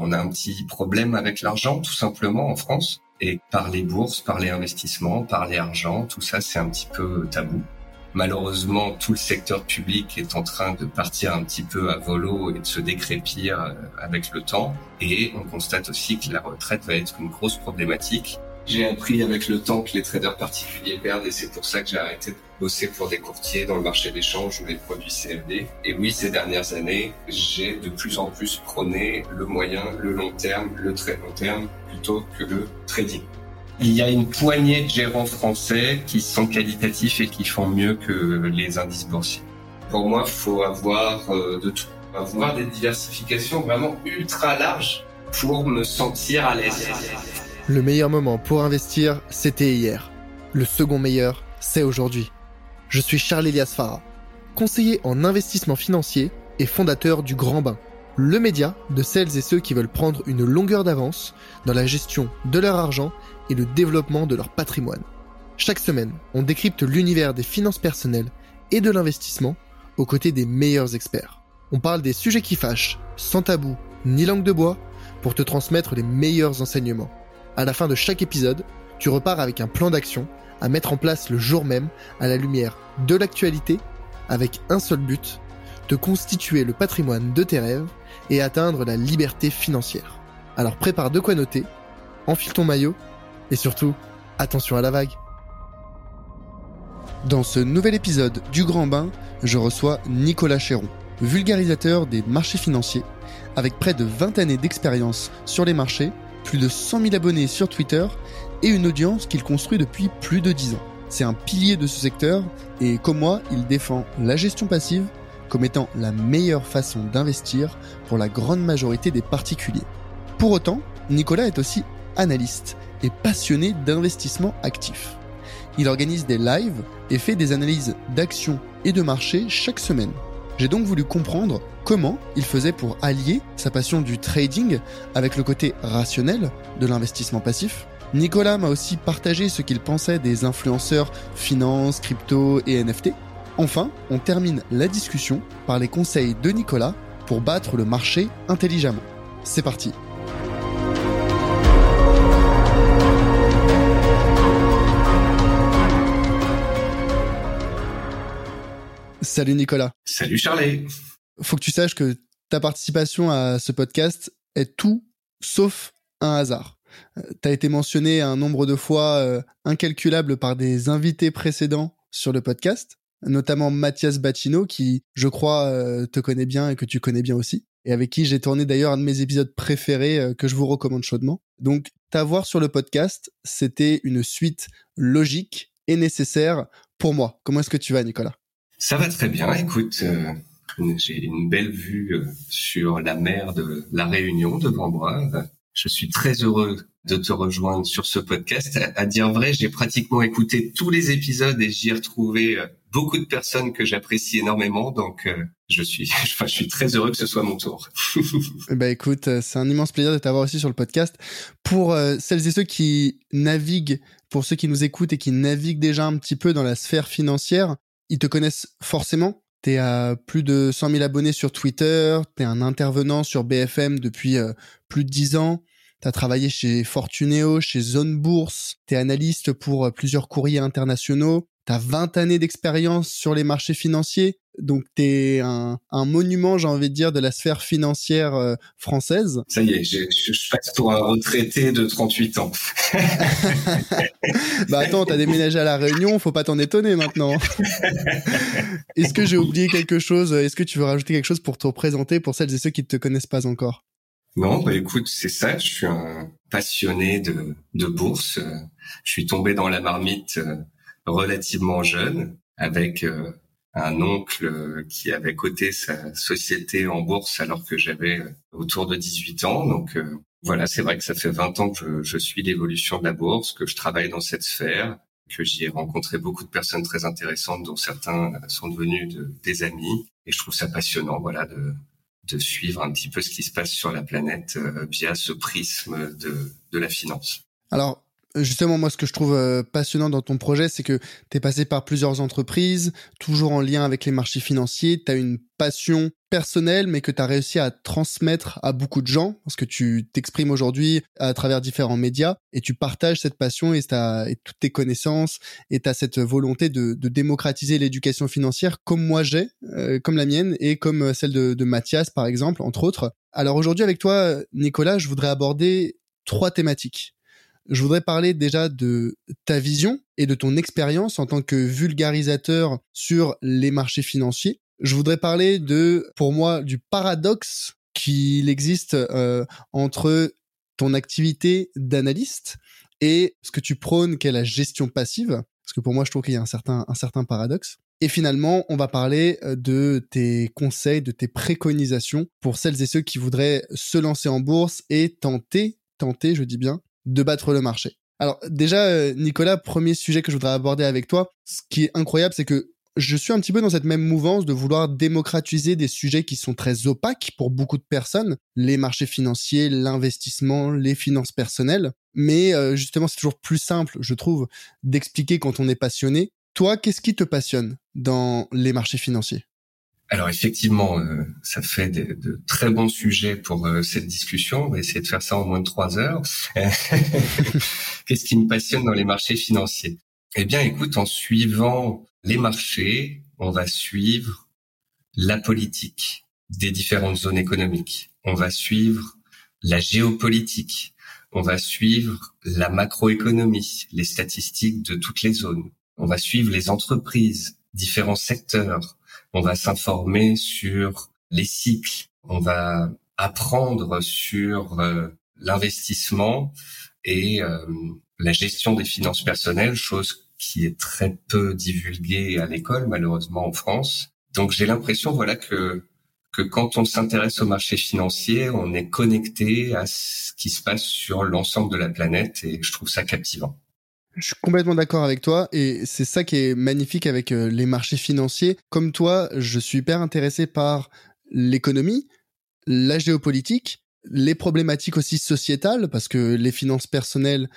On a un petit problème avec l'argent, tout simplement, en France. Et parler bourse, parler investissement, parler argent, tout ça, c'est un petit peu tabou. Malheureusement, tout le secteur public est en train de partir un petit peu à volo et de se décrépir avec le temps. Et on constate aussi que la retraite va être une grosse problématique. J'ai appris avec le temps que les traders particuliers perdent et c'est pour ça que j'ai arrêté de bosser pour des courtiers dans le marché d'échange ou les produits CFD. Et oui, ces dernières années, j'ai de plus en plus prôné le moyen, le long terme, le très long terme plutôt que le trading. Il y a une poignée de gérants français qui sont qualitatifs et qui font mieux que les indices boursiers. Pour moi, il faut avoir de tout. Avoir des diversifications vraiment ultra larges pour me sentir à l'aise. Le meilleur moment pour investir, c'était hier. Le second meilleur, c'est aujourd'hui. Je suis Charles-Elias Farah, conseiller en investissement financier et fondateur du Grand Bain, le média de celles et ceux qui veulent prendre une longueur d'avance dans la gestion de leur argent et le développement de leur patrimoine. Chaque semaine, on décrypte l'univers des finances personnelles et de l'investissement aux côtés des meilleurs experts. On parle des sujets qui fâchent, sans tabou ni langue de bois, pour te transmettre les meilleurs enseignements. À la fin de chaque épisode, tu repars avec un plan d'action à mettre en place le jour même à la lumière de l'actualité avec un seul but, te constituer le patrimoine de tes rêves et atteindre la liberté financière. Alors prépare de quoi noter, enfile ton maillot et surtout, attention à la vague. Dans ce nouvel épisode du Grand Bain, je reçois Nicolas Chéron, vulgarisateur des marchés financiers, avec près de 20 années d'expérience sur les marchés, plus de 100 000 abonnés sur Twitter et une audience qu'il construit depuis plus de 10 ans. C'est un pilier de ce secteur et comme moi, il défend la gestion passive comme étant la meilleure façon d'investir pour la grande majorité des particuliers. Pour autant, Nicolas est aussi analyste et passionné d'investissement actif. Il organise des lives et fait des analyses d'actions et de marchés chaque semaine. J'ai donc voulu comprendre comment il faisait pour allier sa passion du trading avec le côté rationnel de l'investissement passif. Nicolas m'a aussi partagé ce qu'il pensait des influenceurs finance, crypto et NFT. Enfin, on termine la discussion par les conseils de Nicolas pour battre le marché intelligemment. C'est parti. Salut Nicolas. Salut Charlie. Faut que tu saches que ta participation à ce podcast est tout sauf un hasard. T'as été mentionné un nombre de fois incalculable par des invités précédents sur le podcast, notamment Mathias Bacchino qui, je crois, te connaît bien et que tu connais bien aussi, et avec qui j'ai tourné d'ailleurs un de mes épisodes préférés que je vous recommande chaudement. Donc, t'avoir sur le podcast, c'était une suite logique et nécessaire pour moi. Comment est-ce que tu vas, Nicolas ? Ça va très bien. Écoute, j'ai une belle vue sur la mer de La Réunion devant moi. Je suis très heureux de te rejoindre sur ce podcast. À dire vrai, j'ai pratiquement écouté tous les épisodes et j'y ai retrouvé beaucoup de personnes que j'apprécie énormément. Donc, je suis très heureux que ce soit mon tour. Écoute, c'est un immense plaisir de t'avoir aussi sur le podcast. Pour celles et ceux qui naviguent, pour ceux qui nous écoutent et qui naviguent déjà un petit peu dans la sphère financière, ils te connaissent forcément. T'es à plus de 100 000 abonnés sur Twitter, t'es un intervenant sur BFM depuis plus de 10 ans, t'as travaillé chez Fortuneo, chez Zone Bourse, t'es analyste pour plusieurs courriers internationaux, t'as 20 années d'expérience sur les marchés financiers, donc t'es un monument, j'ai envie de dire, de la sphère financière française. Ça y est, je passe pour un retraité de 38 ans. Bah attends, t'as déménagé à La Réunion, faut pas t'en étonner maintenant. Est-ce que j'ai oublié quelque chose ? Est-ce que tu veux rajouter quelque chose pour te représenter pour celles et ceux qui ne te connaissent pas encore ? Non, écoute, c'est ça, je suis un passionné de bourse. Je suis tombé dans la marmite relativement jeune avec un oncle qui avait coté sa société en bourse alors que j'avais autour de 18 ans. Donc voilà, c'est vrai que ça fait 20 ans que je suis l'évolution de la bourse, que je travaille dans cette sphère, que j'y ai rencontré beaucoup de personnes très intéressantes, dont certains sont devenus des amis. Et je trouve ça passionnant, voilà, de suivre un petit peu ce qui se passe sur la planète via ce prisme de la finance. Alors, justement, moi, ce que je trouve passionnant dans ton projet, c'est que tu es passé par plusieurs entreprises, toujours en lien avec les marchés financiers. Tu as une passion personnelle, mais que tu as réussi à transmettre à beaucoup de gens, parce que tu t'exprimes aujourd'hui à travers différents médias et tu partages cette passion et toutes tes connaissances et tu as cette volonté de démocratiser l'éducation financière comme moi j'ai, comme la mienne et comme celle de Mathias, par exemple, entre autres. Alors aujourd'hui, avec toi, Nicolas, je voudrais aborder 3 thématiques. Je voudrais parler déjà de ta vision et de ton expérience en tant que vulgarisateur sur les marchés financiers. Je voudrais parler pour moi, du paradoxe qu'il existe entre ton activité d'analyste et ce que tu prônes qu'est la gestion passive. Parce que pour moi, je trouve qu'il y a un certain paradoxe. Et finalement, on va parler de tes conseils, de tes préconisations pour celles et ceux qui voudraient se lancer en bourse et tenter, je dis bien, de battre le marché. Alors déjà, Nicolas, premier sujet que je voudrais aborder avec toi, ce qui est incroyable, c'est que je suis un petit peu dans cette même mouvance de vouloir démocratiser des sujets qui sont très opaques pour beaucoup de personnes, les marchés financiers, l'investissement, les finances personnelles. Mais justement, c'est toujours plus simple, je trouve, d'expliquer quand on est passionné. Toi, qu'est-ce qui te passionne dans les marchés financiers ? Alors effectivement, ça fait de très bons sujets pour cette discussion. On va essayer de faire ça en moins de 3 heures. Qu'est-ce qui me passionne dans les marchés financiers ? Eh bien, écoute, en suivant les marchés, on va suivre la politique des différentes zones économiques. On va suivre la géopolitique. On va suivre la macroéconomie, les statistiques de toutes les zones. On va suivre les entreprises, différents secteurs. On va s'informer sur les cycles. On va apprendre sur l'investissement et la gestion des finances personnelles, chose qui est très peu divulguée à l'école, malheureusement, en France. Donc, j'ai l'impression, voilà, que quand on s'intéresse au marché financier, on est connecté à ce qui se passe sur l'ensemble de la planète et je trouve ça captivant. Je suis complètement d'accord avec toi et c'est ça qui est magnifique avec les marchés financiers. Comme toi, je suis hyper intéressé par l'économie, la géopolitique, les problématiques aussi sociétales, parce que les finances personnelles,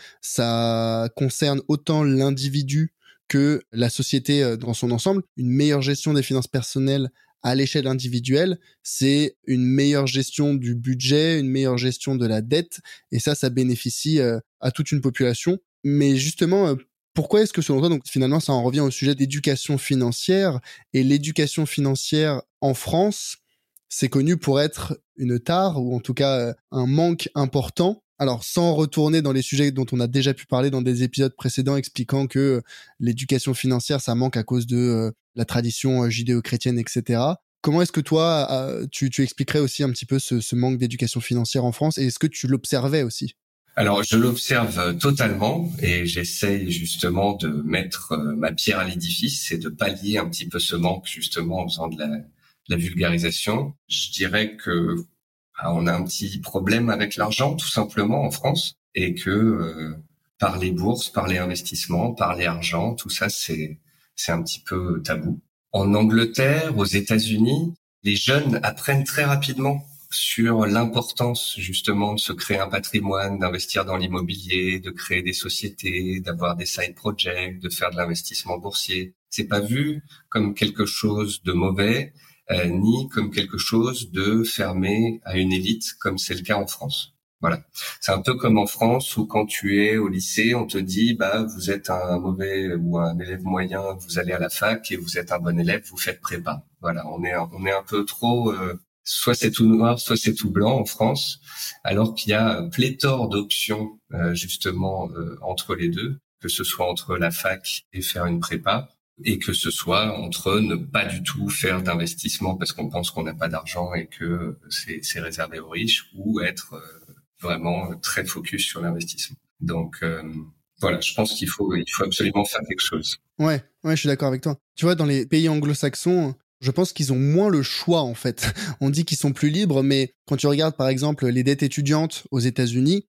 ça concerne autant l'individu que la société dans son ensemble. Une meilleure gestion des finances personnelles à l'échelle individuelle, c'est une meilleure gestion du budget, une meilleure gestion de la dette, et ça bénéficie à toute une population. Mais justement, pourquoi est-ce que selon toi, donc finalement, ça en revient au sujet d'éducation financière, et l'éducation financière en France, c'est connu pour être une tare, ou en tout cas un manque important. Alors, sans retourner dans les sujets dont on a déjà pu parler dans des épisodes précédents expliquant que l'éducation financière, ça manque à cause de la tradition judéo-chrétienne, etc. Comment est-ce que toi, tu expliquerais aussi un petit peu ce manque d'éducation financière en France, et est-ce que tu l'observais aussi ? Alors, je l'observe totalement et j'essaye justement de mettre ma pierre à l'édifice et de pallier un petit peu ce manque justement en faisant de la vulgarisation. Je dirais que on a un petit problème avec l'argent tout simplement en France et que parler bourse, parler investissement, parler argent, tout ça c'est un petit peu tabou. En Angleterre, aux États-Unis, les jeunes apprennent très rapidement sur l'importance justement de se créer un patrimoine, d'investir dans l'immobilier, de créer des sociétés, d'avoir des side projects, de faire de l'investissement boursier. C'est pas vu comme quelque chose de mauvais, ni comme quelque chose de fermé à une élite comme c'est le cas en France. Voilà. C'est un peu comme en France où quand tu es au lycée, on te dit vous êtes un mauvais ou un élève moyen, vous allez à la fac, et vous êtes un bon élève, vous faites prépa. Voilà, on est un peu trop soit c'est tout noir, soit c'est tout blanc en France, alors qu'il y a pléthore d'options justement entre les deux, que ce soit entre la fac et faire une prépa, et que ce soit entre ne pas du tout faire d'investissement parce qu'on pense qu'on n'a pas d'argent et que c'est réservé aux riches, ou être vraiment très focus sur l'investissement. Donc voilà, je pense qu'il faut absolument faire quelque chose. Ouais, je suis d'accord avec toi. Tu vois, dans les pays anglo-saxons, je pense qu'ils ont moins le choix, en fait. On dit qu'ils sont plus libres, mais quand tu regardes, par exemple, les dettes étudiantes aux États-Unis,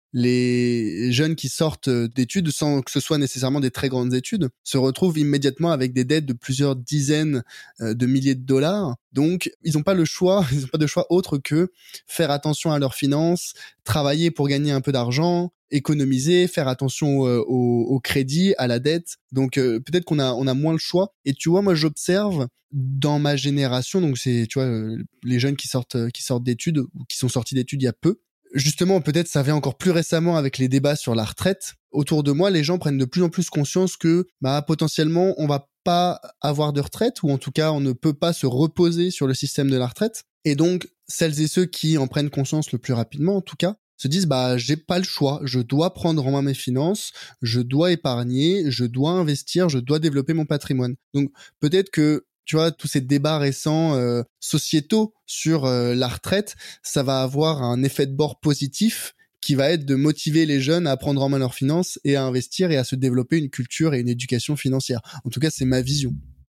les jeunes qui sortent d'études, sans que ce soit nécessairement des très grandes études, se retrouvent immédiatement avec des dettes de plusieurs dizaines de milliers de dollars. Donc, ils n'ont pas le choix, ils n'ont pas de choix autre que faire attention à leurs finances, travailler pour gagner un peu d'argent, économiser, faire attention au crédit, à la dette. Donc peut-être qu'on a moins le choix. Et tu vois, moi j'observe dans ma génération, donc c'est tu vois les jeunes qui sortent d'études ou qui sont sortis d'études il y a peu. Justement, peut-être ça vient encore plus récemment avec les débats sur la retraite. Autour de moi, les gens prennent de plus en plus conscience que potentiellement on va pas avoir de retraite, ou en tout cas on ne peut pas se reposer sur le système de la retraite. Et donc celles et ceux qui en prennent conscience le plus rapidement, en tout cas, se disent j'ai pas le choix, je dois prendre en main mes finances, je dois épargner, je dois investir, je dois développer mon patrimoine. Donc peut-être que tu vois, tous ces débats récents sociétaux sur la retraite, ça va avoir un effet de bord positif qui va être de motiver les jeunes à prendre en main leurs finances et à investir et à se développer une culture et une éducation financière. En tout cas, c'est ma vision.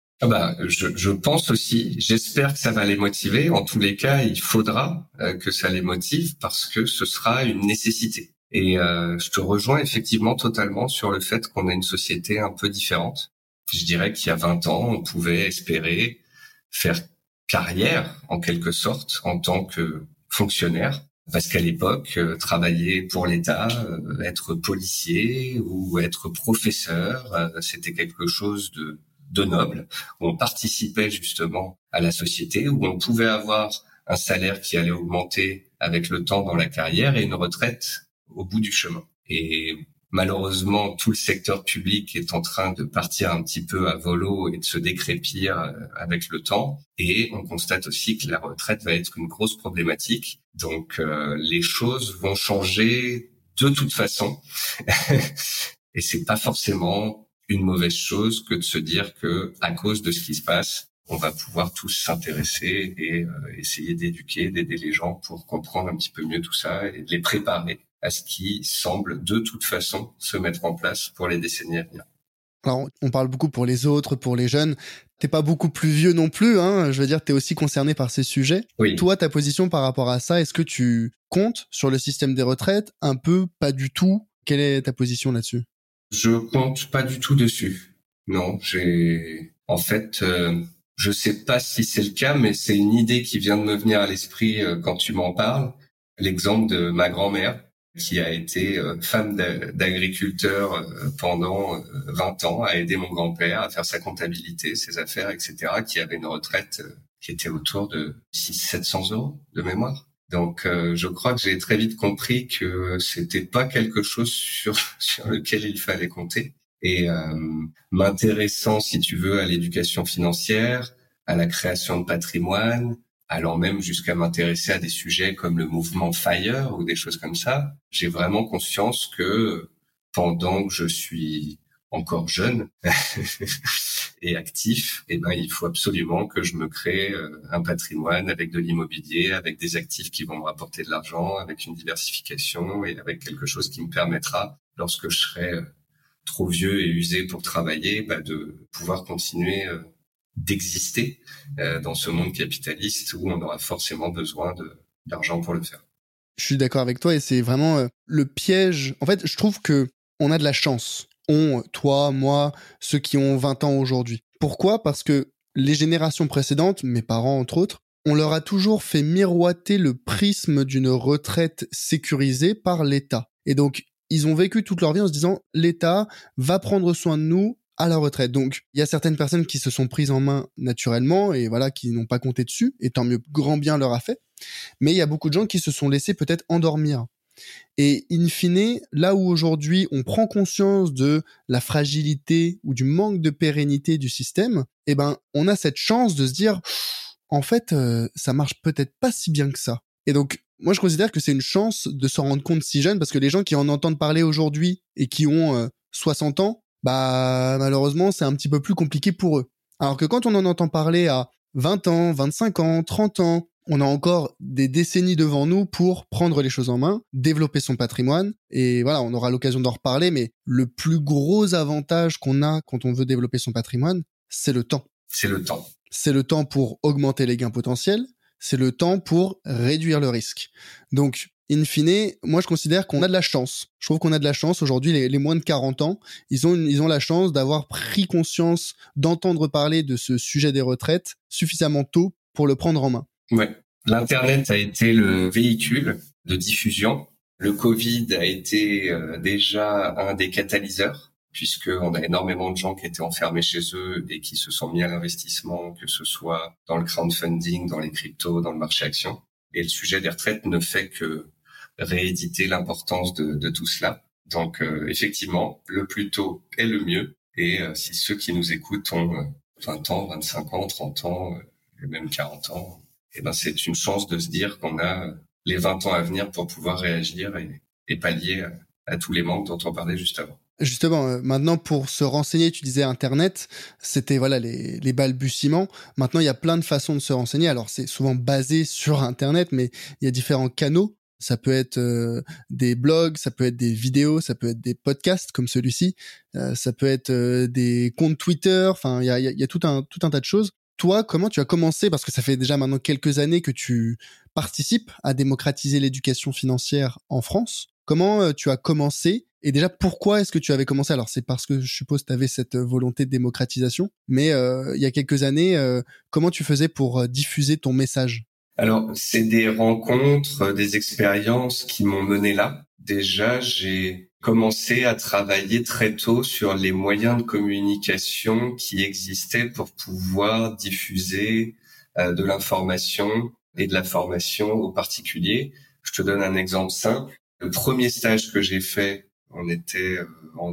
Je pense aussi, j'espère que ça va les motiver. En tous les cas, il faudra que ça les motive parce que ce sera une nécessité. Et je te rejoins effectivement totalement sur le fait qu'on a une société un peu différente. Je dirais qu'il y a 20 ans, on pouvait espérer faire carrière, en quelque sorte, en tant que fonctionnaire. Parce qu'à l'époque, travailler pour l'État, être policier ou être professeur, c'était quelque chose de noble, où on participait justement à la société, où on pouvait avoir un salaire qui allait augmenter avec le temps dans la carrière et une retraite au bout du chemin. Et malheureusement, tout le secteur public est en train de partir un petit peu à volo et de se décrépir avec le temps. Et on constate aussi que la retraite va être une grosse problématique. Donc, les choses vont changer de toute façon. Et c'est pas forcément une mauvaise chose que de se dire que, à cause de ce qui se passe, on va pouvoir tous s'intéresser et essayer d'éduquer, d'aider les gens pour comprendre un petit peu mieux tout ça et de les préparer à ce qui semble de toute façon se mettre en place pour les décennies à venir. Alors, on parle beaucoup pour les autres, pour les jeunes. T'es pas beaucoup plus vieux non plus, hein. Je veux dire, t'es aussi concerné par ces sujets. Oui. Toi, ta position par rapport à ça, est-ce que tu comptes sur le système des retraites? Un peu, pas du tout. Quelle est ta position là-dessus? Je compte pas du tout dessus. Non, en fait, je sais pas si c'est le cas, mais c'est une idée qui vient de me venir à l'esprit quand tu m'en parles. L'exemple de ma grand-mère, qui a été femme d'agriculteur pendant 20 ans, a aidé mon grand-père à faire sa comptabilité, ses affaires, etc., qui avait une retraite qui était autour de 600-700 euros de mémoire. Donc, je crois que j'ai très vite compris que c'était pas quelque chose sur lequel il fallait compter. Et m'intéressant, si tu veux, à l'éducation financière, à la création de patrimoine, allant même jusqu'à m'intéresser à des sujets comme le mouvement FIRE ou des choses comme ça, j'ai vraiment conscience que pendant que je suis encore jeune et actif, il faut absolument que je me crée un patrimoine avec de l'immobilier, avec des actifs qui vont me rapporter de l'argent, avec une diversification et avec quelque chose qui me permettra, lorsque je serai trop vieux et usé pour travailler, de pouvoir continuer d'exister dans ce monde capitaliste où on aura forcément besoin d'argent pour le faire. Je suis d'accord avec toi et c'est vraiment le piège. En fait, je trouve que on a de la chance. Toi, moi, ceux qui ont 20 ans aujourd'hui. Pourquoi ? Parce que les générations précédentes, mes parents entre autres, on leur a toujours fait miroiter le prisme d'une retraite sécurisée par l'État. Et donc, ils ont vécu toute leur vie en se disant « l'État va prendre soin de nous à la retraite ». Donc, il y a certaines personnes qui se sont prises en main naturellement et voilà, qui n'ont pas compté dessus, et tant mieux, grand bien leur a fait. Mais il y a beaucoup de gens qui se sont laissés peut-être endormir. Et in fine, là où aujourd'hui on prend conscience de la fragilité ou du manque de pérennité du système, on a cette chance de se dire en fait ça marche peut-être pas si bien que ça. Et donc moi je considère que c'est une chance de s'en rendre compte si jeune, parce que les gens qui en entendent parler aujourd'hui et qui ont 60 ans, malheureusement c'est un petit peu plus compliqué pour eux. Alors que quand on en entend parler à 20 ans, 25 ans, 30 ans, on a encore des décennies devant nous pour prendre les choses en main, développer son patrimoine. Et voilà, on aura l'occasion d'en reparler, mais le plus gros avantage qu'on a quand on veut développer son patrimoine, c'est le temps. C'est le temps. C'est le temps pour augmenter les gains potentiels, c'est le temps pour réduire le risque. Donc, in fine, moi je considère qu'on a de la chance. Je trouve qu'on a de la chance. Aujourd'hui, les moins de 40 ans, ils ont la chance d'avoir pris conscience, d'entendre parler de ce sujet des retraites suffisamment tôt pour le prendre en main. Ouais. L'Internet a été le véhicule de diffusion Le Covid a été déjà un des catalyseurs, puisqu'on a énormément de gens qui étaient enfermés chez eux et qui se sont mis à l'investissement, que ce soit dans le crowdfunding, dans les cryptos, dans le marché action. Et le sujet des retraites ne fait que rééditer l'importance de tout cela. Donc effectivement, le plus tôt est le mieux. Et si ceux qui nous écoutent ont 20 ans, 25 ans, 30 ans, et même 40 ans, eh ben c'est une chance de se dire qu'on a les 20 ans à venir pour pouvoir réagir et pallier à tous les manques dont on parlait juste avant. Justement, maintenant pour se renseigner, tu disais Internet, c'était voilà les balbutiements. Maintenant, il y a plein de façons de se renseigner. Alors, c'est souvent basé sur Internet, mais il y a différents canaux. Ça peut être des blogs, ça peut être des vidéos, ça peut être des podcasts comme celui-ci, ça peut être des comptes Twitter. Enfin, il y a tout un tas de choses. Toi, comment tu as commencé? Parce que ça fait déjà maintenant quelques années que tu participes à démocratiser l'éducation financière en France. Comment tu as commencé? Et déjà, pourquoi est-ce que tu avais commencé? Alors, c'est parce que je suppose que tu avais cette volonté de démocratisation. Mais il y a quelques années, comment tu faisais pour diffuser ton message? Alors, c'est des rencontres, des expériences qui m'ont mené là. Déjà, j'ai commencé à travailler très tôt sur les moyens de communication qui existaient pour pouvoir diffuser de l'information et de la formation aux particuliers. Je te donne un exemple simple. Le premier stage que j'ai fait, on était en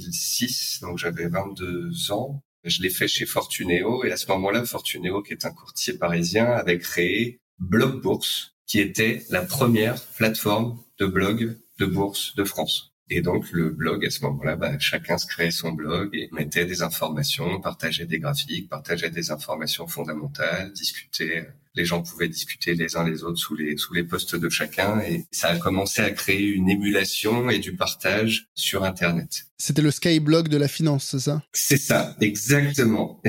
2006, donc j'avais 22 ans. Je l'ai fait chez Fortuneo et à ce moment-là, Fortuneo, qui est un courtier parisien, avait créé Blog Bourse, qui était la première plateforme de blog de bourse de France. Et donc, le blog, à ce moment-là, chacun se créait son blog et mettait des informations, partageait des graphiques, partageait des informations fondamentales, discutait. Les gens pouvaient discuter les uns les autres sous les posts de chacun et ça a commencé à créer une émulation et du partage sur Internet. C'était le Skyblog de la finance, c'est ça? C'est ça, exactement.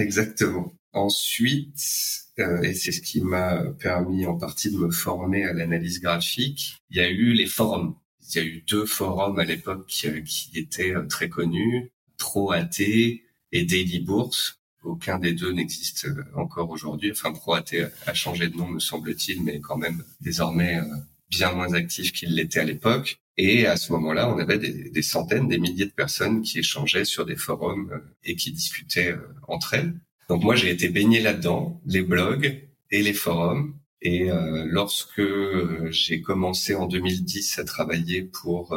Ensuite, et c'est ce qui m'a permis en partie de me former à l'analyse graphique, il y a eu les forums. Il y a eu 2 forums à l'époque qui étaient très connus, ProAT et Daily Bourse. Aucun des deux n'existe encore aujourd'hui. Enfin, ProAT a changé de nom, me semble-t-il, mais quand même désormais bien moins actif qu'il l'était à l'époque. Et à ce moment-là, on avait des centaines, des milliers de personnes qui échangeaient sur des forums et qui discutaient entre elles. Donc moi, j'ai été baigné là-dedans, les blogs et les forums. Et lorsque j'ai commencé en 2010 à travailler pour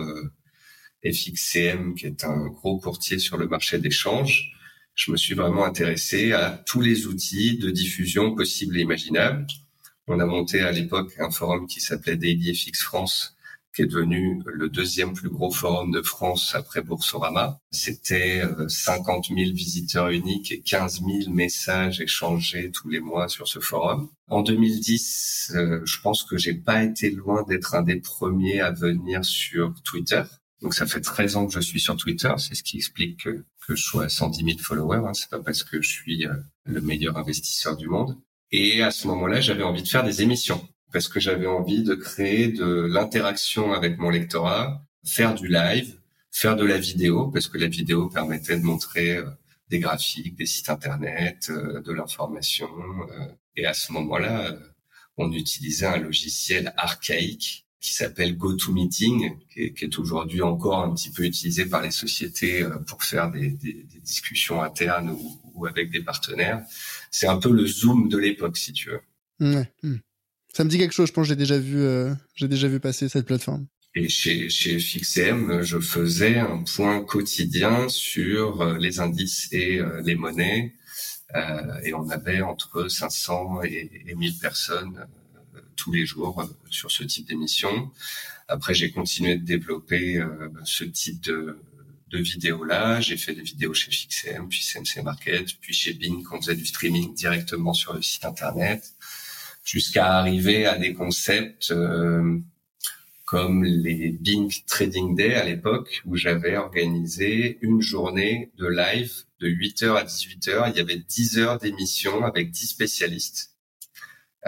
FXCM, qui est un gros courtier sur le marché d'échange, je me suis vraiment intéressé à tous les outils de diffusion possibles et imaginables. On a monté à l'époque un forum qui s'appelait Daily FX France, qui est devenu le 2e plus gros forum de France après Boursorama. C'était 50 000 visiteurs uniques et 15 000 messages échangés tous les mois sur ce forum. En 2010, je pense que j'ai pas été loin d'être un des premiers à venir sur Twitter. Donc ça fait 13 ans que je suis sur Twitter, c'est ce qui explique que je sois à 110 000 followers. C'est pas parce que je suis le meilleur investisseur du monde. Et à ce moment-là, j'avais envie de faire des émissions parce que j'avais envie de créer de l'interaction avec mon lectorat, faire du live, faire de la vidéo, parce que la vidéo permettait de montrer des graphiques, des sites internet, de l'information. Et à ce moment-là, on utilisait un logiciel archaïque qui s'appelle GoToMeeting, qui est aujourd'hui encore un petit peu utilisé par les sociétés pour faire des discussions internes ou avec des partenaires. C'est un peu le Zoom de l'époque, si tu veux. Ouais. Ça me dit quelque chose, je pense que j'ai déjà vu passer cette plateforme. Et chez FXCM, je faisais un point quotidien sur les indices et les monnaies. Et on avait entre 500 et 1000 personnes tous les jours sur ce type d'émission. Après, j'ai continué de développer ce type de vidéos-là. J'ai fait des vidéos chez FXCM, puis CMC Market, puis chez Bing, on faisait du streaming directement sur le site internet, jusqu'à arriver à des concepts comme les Bing Trading Day à l'époque, où j'avais organisé une journée de live de 8h à 18h. Il y avait 10 heures d'émission avec 10 spécialistes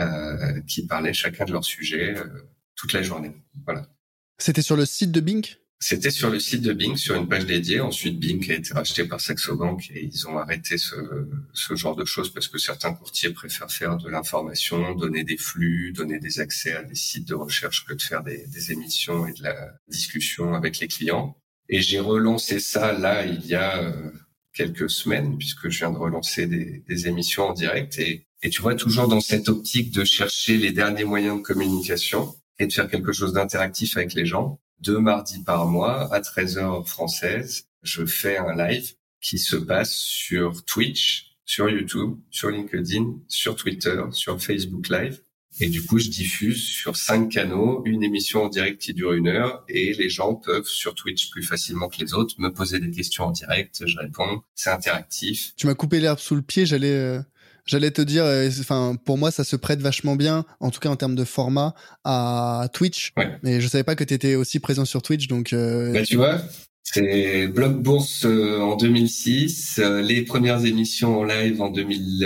qui parlaient chacun de leur sujet toute la journée. Voilà. C'était sur le site de Bing ? C'était sur le site de Bing, sur une page dédiée. Ensuite, Bing a été racheté par Saxo Bank et ils ont arrêté ce genre de choses parce que certains courtiers préfèrent faire de l'information, donner des flux, donner des accès à des sites de recherche que de faire des émissions et de la discussion avec les clients. Et j'ai relancé ça là, il y a quelques semaines, puisque je viens de relancer des émissions en direct. Et tu vois, toujours dans cette optique de chercher les derniers moyens de communication et de faire quelque chose d'interactif avec les gens. 2 mardis par mois, à 13h française, je fais un live qui se passe sur Twitch, sur YouTube, sur LinkedIn, sur Twitter, sur Facebook Live. Et du coup, je diffuse sur 5 canaux une émission en direct qui dure 1 heure et les gens peuvent sur Twitch plus facilement que les autres me poser des questions en direct, je réponds, c'est interactif. Tu m'as coupé l'herbe sous le pied, j'allais te dire, pour moi, ça se prête vachement bien, en tout cas en termes de format, à Twitch. Ouais. Mais je savais pas que tu étais aussi présent sur Twitch, donc. Tu vois, c'est Blog Bourse en 2006, les premières émissions en live en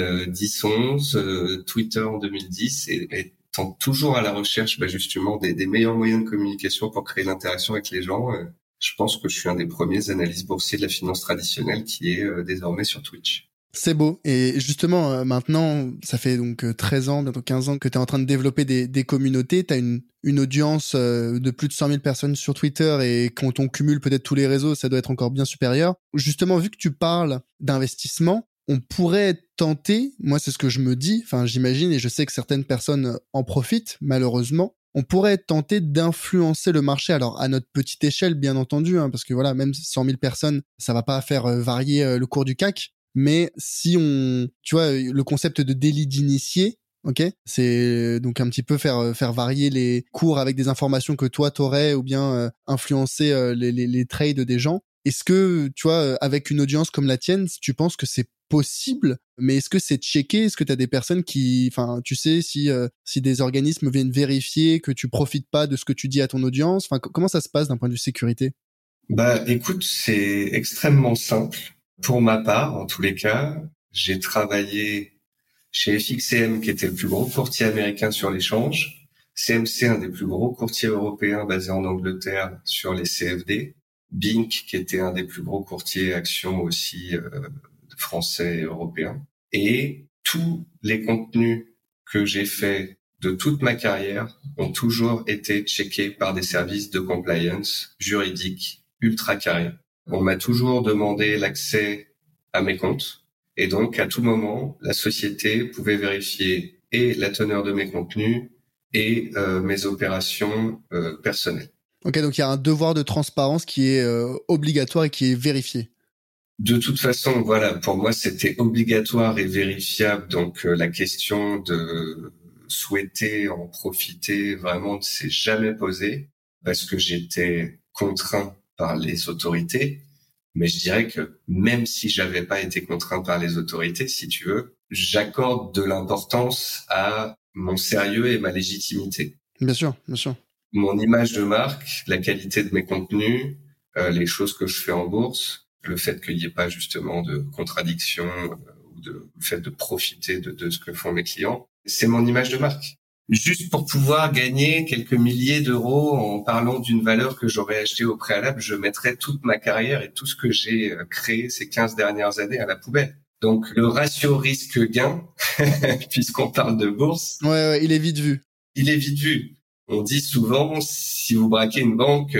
2010-11, Twitter en 2010, et étant toujours à la recherche, justement, des meilleurs moyens de communication pour créer l'interaction avec les gens. Je pense que je suis un des premiers analystes boursiers de la finance traditionnelle qui est désormais sur Twitch. C'est beau. Et justement, maintenant, ça fait donc 13 ans, bientôt 15 ans que tu es en train de développer des communautés. Tu as une audience de plus de 100 000 personnes sur Twitter et quand on cumule peut-être tous les réseaux, ça doit être encore bien supérieur. Justement, vu que tu parles d'investissement, on pourrait tenter, moi c'est ce que je me dis, enfin j'imagine et je sais que certaines personnes en profitent malheureusement, on pourrait tenter d'influencer le marché, alors à notre petite échelle bien entendu, parce que voilà, même 100 000 personnes, ça va pas faire varier le cours du CAC. Mais si tu vois, le concept de délit d'initié, ok, c'est donc un petit peu faire varier les cours avec des informations que toi t'aurais ou bien influencer les trades des gens. Est-ce que, tu vois, avec une audience comme la tienne, tu penses que c'est possible, mais est-ce que c'est checké? Est-ce que tu as des personnes tu sais, si des organismes viennent vérifier que tu profites pas de ce que tu dis à ton audience, comment ça se passe d'un point de vue sécurité? Écoute, c'est extrêmement simple. Pour ma part, en tous les cas, j'ai travaillé chez FXCM, qui était le plus gros courtier américain sur l'échange, CMC, un des plus gros courtiers européens basés en Angleterre sur les CFD, Bink, qui était un des plus gros courtiers actions aussi français et européens. Et tous les contenus que j'ai faits de toute ma carrière ont toujours été checkés par des services de compliance juridique ultra carrés. On m'a toujours demandé l'accès à mes comptes. Et donc, à tout moment, la société pouvait vérifier et la teneur de mes contenus et mes opérations personnelles. Ok, donc il y a un devoir de transparence qui est obligatoire et qui est vérifié. De toute façon, voilà, pour moi, c'était obligatoire et vérifiable. Donc, la question de souhaiter en profiter vraiment ne s'est jamais posée parce que j'étais contraint par les autorités. Mais je dirais que même si j'avais pas été contraint par les autorités, si tu veux, j'accorde de l'importance à mon sérieux et ma légitimité. Bien sûr, bien sûr. Mon image de marque, la qualité de mes contenus, les choses que je fais en bourse, le fait qu'il n'y ait pas justement de contradiction ou le fait de profiter de ce que font mes clients, c'est mon image de marque. Juste pour pouvoir gagner quelques milliers d'euros en parlant d'une valeur que j'aurais achetée au préalable, je mettrais toute ma carrière et tout ce que j'ai créé ces 15 dernières années à la poubelle. Donc le ratio risque-gain, puisqu'on parle de bourse, ouais, il est vite vu. Il est vite vu. On dit souvent, si vous braquez une banque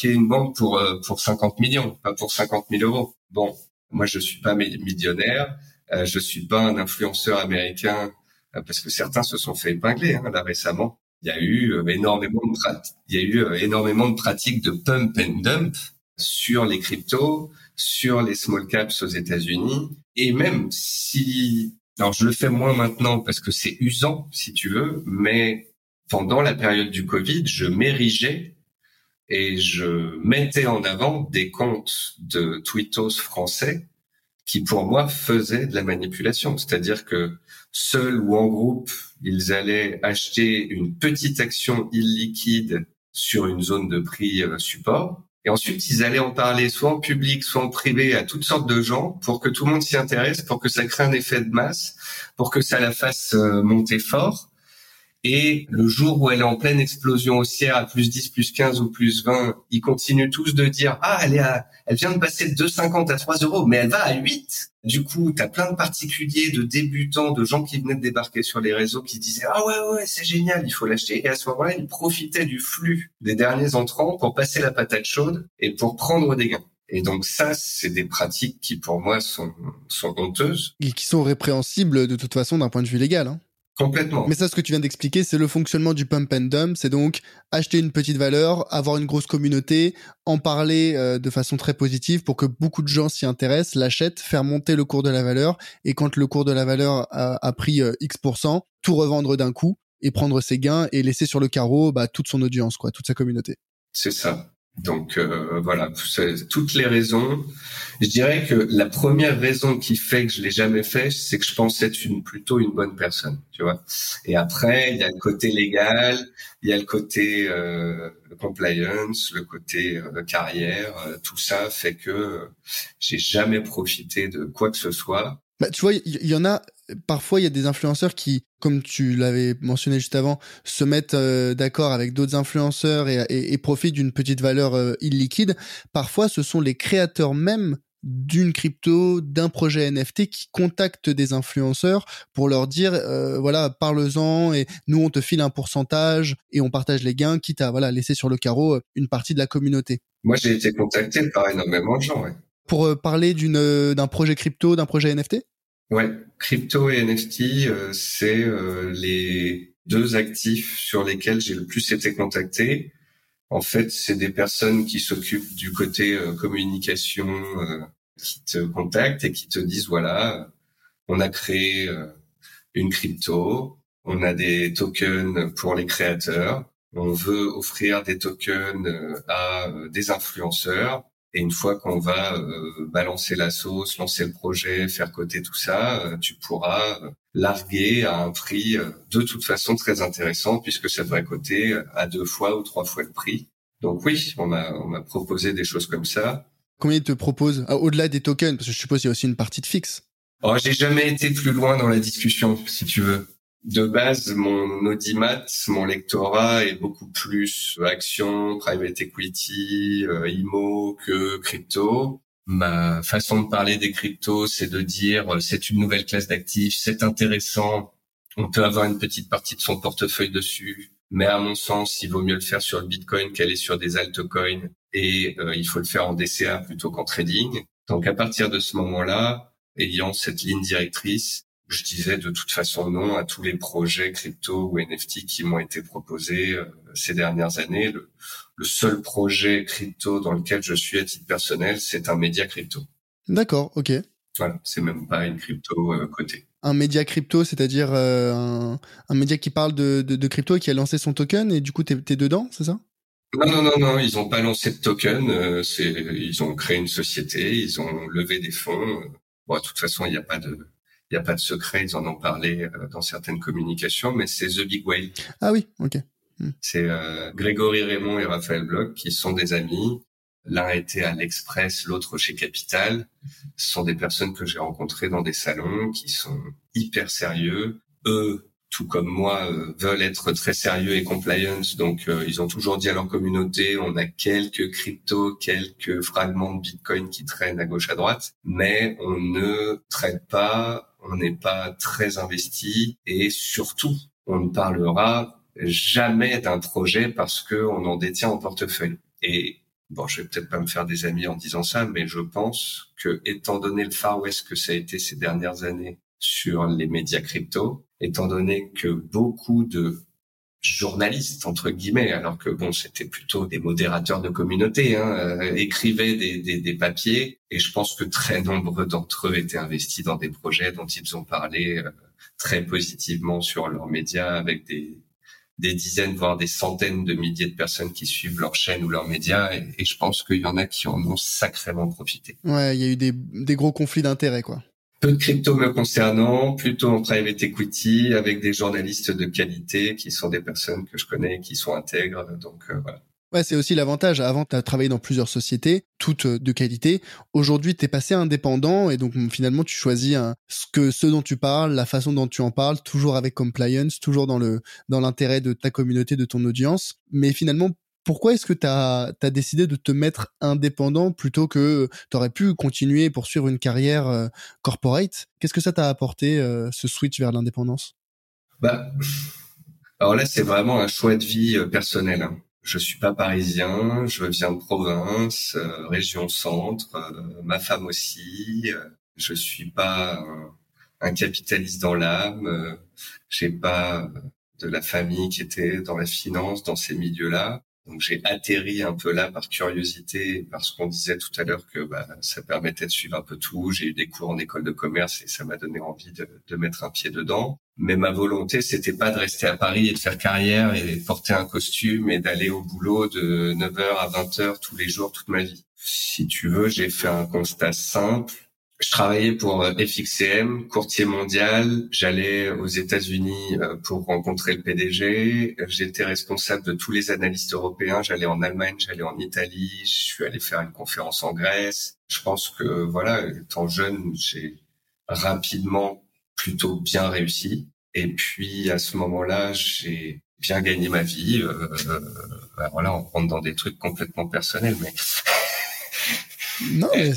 pour 50 millions, pas pour 50 000 euros. Bon, moi je suis pas millionnaire, je suis pas un influenceur américain, parce que certains se sont fait épingler là récemment. Il y a eu énormément de pratiques de pump and dump sur les cryptos, sur les small caps aux États-Unis, et même si, alors je le fais moins maintenant parce que c'est usant si tu veux, mais pendant la période du Covid, je m'érigeais et je mettais en avant des comptes de tweetos français qui, pour moi, faisaient de la manipulation. C'est-à-dire que seuls ou en groupe, ils allaient acheter une petite action illiquide sur une zone de prix support. Et ensuite, ils allaient en parler soit en public, soit en privé à toutes sortes de gens pour que tout le monde s'y intéresse, pour que ça crée un effet de masse, pour que ça la fasse monter fort. Et le jour où elle est en pleine explosion haussière à plus 10, plus 15 ou plus 20, ils continuent tous de dire, elle vient de passer de 2,50 à 3 euros, mais elle va à 8. Du coup, t'as plein de particuliers, de débutants, de gens qui venaient de débarquer sur les réseaux qui disaient, ouais, c'est génial, il faut l'acheter. Et à ce moment-là, ils profitaient du flux des derniers entrants pour passer la patate chaude et pour prendre des gains. Et donc ça, c'est des pratiques qui, pour moi, sont honteuses. Et qui sont répréhensibles de toute façon d'un point de vue légal, hein. Complètement. Mais ça, ce que tu viens d'expliquer, c'est le fonctionnement du pump and dump. C'est donc acheter une petite valeur, avoir une grosse communauté, en parler de façon très positive pour que beaucoup de gens s'y intéressent, l'achètent, faire monter le cours de la valeur. Et quand le cours de la valeur a pris X%, tout revendre d'un coup et prendre ses gains et laisser sur le carreau toute son audience, quoi, toute sa communauté. C'est ça. Donc voilà, c'est toutes les raisons. Je dirais que la première raison qui fait que je l'ai jamais fait, c'est que je pense être plutôt une bonne personne, tu vois. Et après, il y a le côté légal, il y a le côté compliance, le côté carrière, tout ça fait que j'ai jamais profité de quoi que ce soit. Tu vois, il y en a, parfois il y a des influenceurs qui, comme tu l'avais mentionné juste avant, se mettent d'accord avec d'autres influenceurs et profitent d'une petite valeur illiquide. Parfois, ce sont les créateurs même d'une crypto, d'un projet NFT qui contactent des influenceurs pour leur dire parle-en et nous on te file un pourcentage et on partage les gains, quitte à laisser sur le carreau une partie de la communauté. Moi, j'ai été contacté par énormément de gens, ouais. Pour parler d'un projet crypto, d'un projet NFT? Ouais, crypto et NFT, c'est les deux actifs sur lesquels j'ai le plus été contacté. En fait, c'est des personnes qui s'occupent du côté communication, qui te contactent et qui te disent, voilà, on a créé une crypto, on a des tokens pour les créateurs, on veut offrir des tokens à des influenceurs. Et une fois qu'on va balancer la sauce, lancer le projet, faire coter tout ça, tu pourras larguer à un prix de toute façon très intéressant puisque ça devrait coter à 2 fois ou 3 fois le prix. Donc oui, on m'a proposé des choses comme ça. Combien ils te proposent au-delà des tokens? Parce que je suppose qu'il y a aussi une partie de fixe. Oh, j'ai jamais été plus loin dans la discussion, si tu veux. De base, mon audimat, mon lectorat est beaucoup plus action, private equity, IMO que crypto. Ma façon de parler des cryptos, c'est de dire c'est une nouvelle classe d'actifs, c'est intéressant, on peut avoir une petite partie de son portefeuille dessus, mais à mon sens, il vaut mieux le faire sur le Bitcoin qu'aller sur des altcoins et il faut le faire en DCA plutôt qu'en trading. Donc à partir de ce moment-là, ayant cette ligne directrice, je disais de toute façon non à tous les projets crypto ou NFT qui m'ont été proposés ces dernières années. Le seul projet crypto dans lequel je suis à titre personnel, c'est un média crypto. D'accord, ok. Voilà, c'est même pas une crypto cotée. Un média crypto, c'est-à-dire un média qui parle de crypto et qui a lancé son token et du coup t'es dedans, c'est ça? Non, ils ont pas lancé de token. Ils ont créé une société, ils ont levé des fonds. Bon, de toute façon, il y a pas de secret. Ils en ont parlé dans certaines communications, mais c'est The Big Whale. Ah oui, ok. C'est Grégory Raymond et Raphaël Bloch qui sont des amis. L'un était à l'Express, l'autre chez Capital. Ce sont des personnes que j'ai rencontrées dans des salons qui sont hyper sérieux. Eux, tout comme moi, veulent être très sérieux et compliance. Donc, ils ont toujours dit à leur communauté, on a quelques cryptos, quelques fragments de Bitcoin qui traînent à gauche, à droite, mais on ne traite pas, on n'est pas très investi et surtout, on ne parlera jamais d'un projet parce que on en détient en portefeuille. Et bon, je vais peut-être pas me faire des amis en disant ça, mais je pense que, étant donné le Far West que ça a été ces dernières années sur les médias crypto, étant donné que beaucoup de journalistes, entre guillemets, alors que bon, c'était plutôt des modérateurs de communauté, écrivaient des papiers, et je pense que très nombreux d'entre eux étaient investis dans des projets dont ils ont parlé très positivement sur leurs médias avec des dizaines, voire des centaines de milliers de personnes qui suivent leur chaîne ou leurs médias, et je pense qu'il y en a qui en ont sacrément profité. Ouais, il y a eu des gros conflits d'intérêts, quoi. Peu de crypto me concernant, plutôt en private equity, avec des journalistes de qualité qui sont des personnes que je connais, qui sont intègres, donc voilà. Ouais, c'est aussi l'avantage. Avant, tu as travaillé dans plusieurs sociétés, toutes de qualité. Aujourd'hui, tu es passé indépendant et donc finalement, tu choisis ce dont tu parles, la façon dont tu en parles, toujours avec compliance, toujours dans l'intérêt de ta communauté, de ton audience. Mais finalement, pourquoi est-ce que t'as décidé de te mettre indépendant plutôt que t'aurais pu continuer et poursuivre une carrière corporate? Qu'est-ce que ça t'a apporté, ce switch vers l'indépendance? Bah, alors là, c'est vraiment un choix de vie personnel, hein. Je suis pas parisien, je viens de province, région centre, ma femme aussi. Je suis pas un capitaliste dans l'âme. J'ai pas de la famille qui était dans la finance, dans ces milieux-là. Donc j'ai atterri un peu là par curiosité, parce qu'on disait tout à l'heure que ça permettait de suivre un peu tout. J'ai eu des cours en école de commerce et ça m'a donné envie de mettre un pied dedans. Mais ma volonté, c'était pas de rester à Paris et de faire carrière et de porter un costume et d'aller au boulot de 9h à 20h tous les jours, toute ma vie. Si tu veux, j'ai fait un constat simple. Je travaillais pour FXCM, courtier mondial. J'allais aux États-Unis pour rencontrer le PDG. J'étais responsable de tous les analystes européens. J'allais en Allemagne, j'allais en Italie. Je suis allé faire une conférence en Grèce. Je pense que voilà, étant jeune, j'ai rapidement plutôt bien réussi. Et puis à ce moment-là, j'ai bien gagné ma vie. Voilà, on rentre dans des trucs complètement personnels, mais non, mais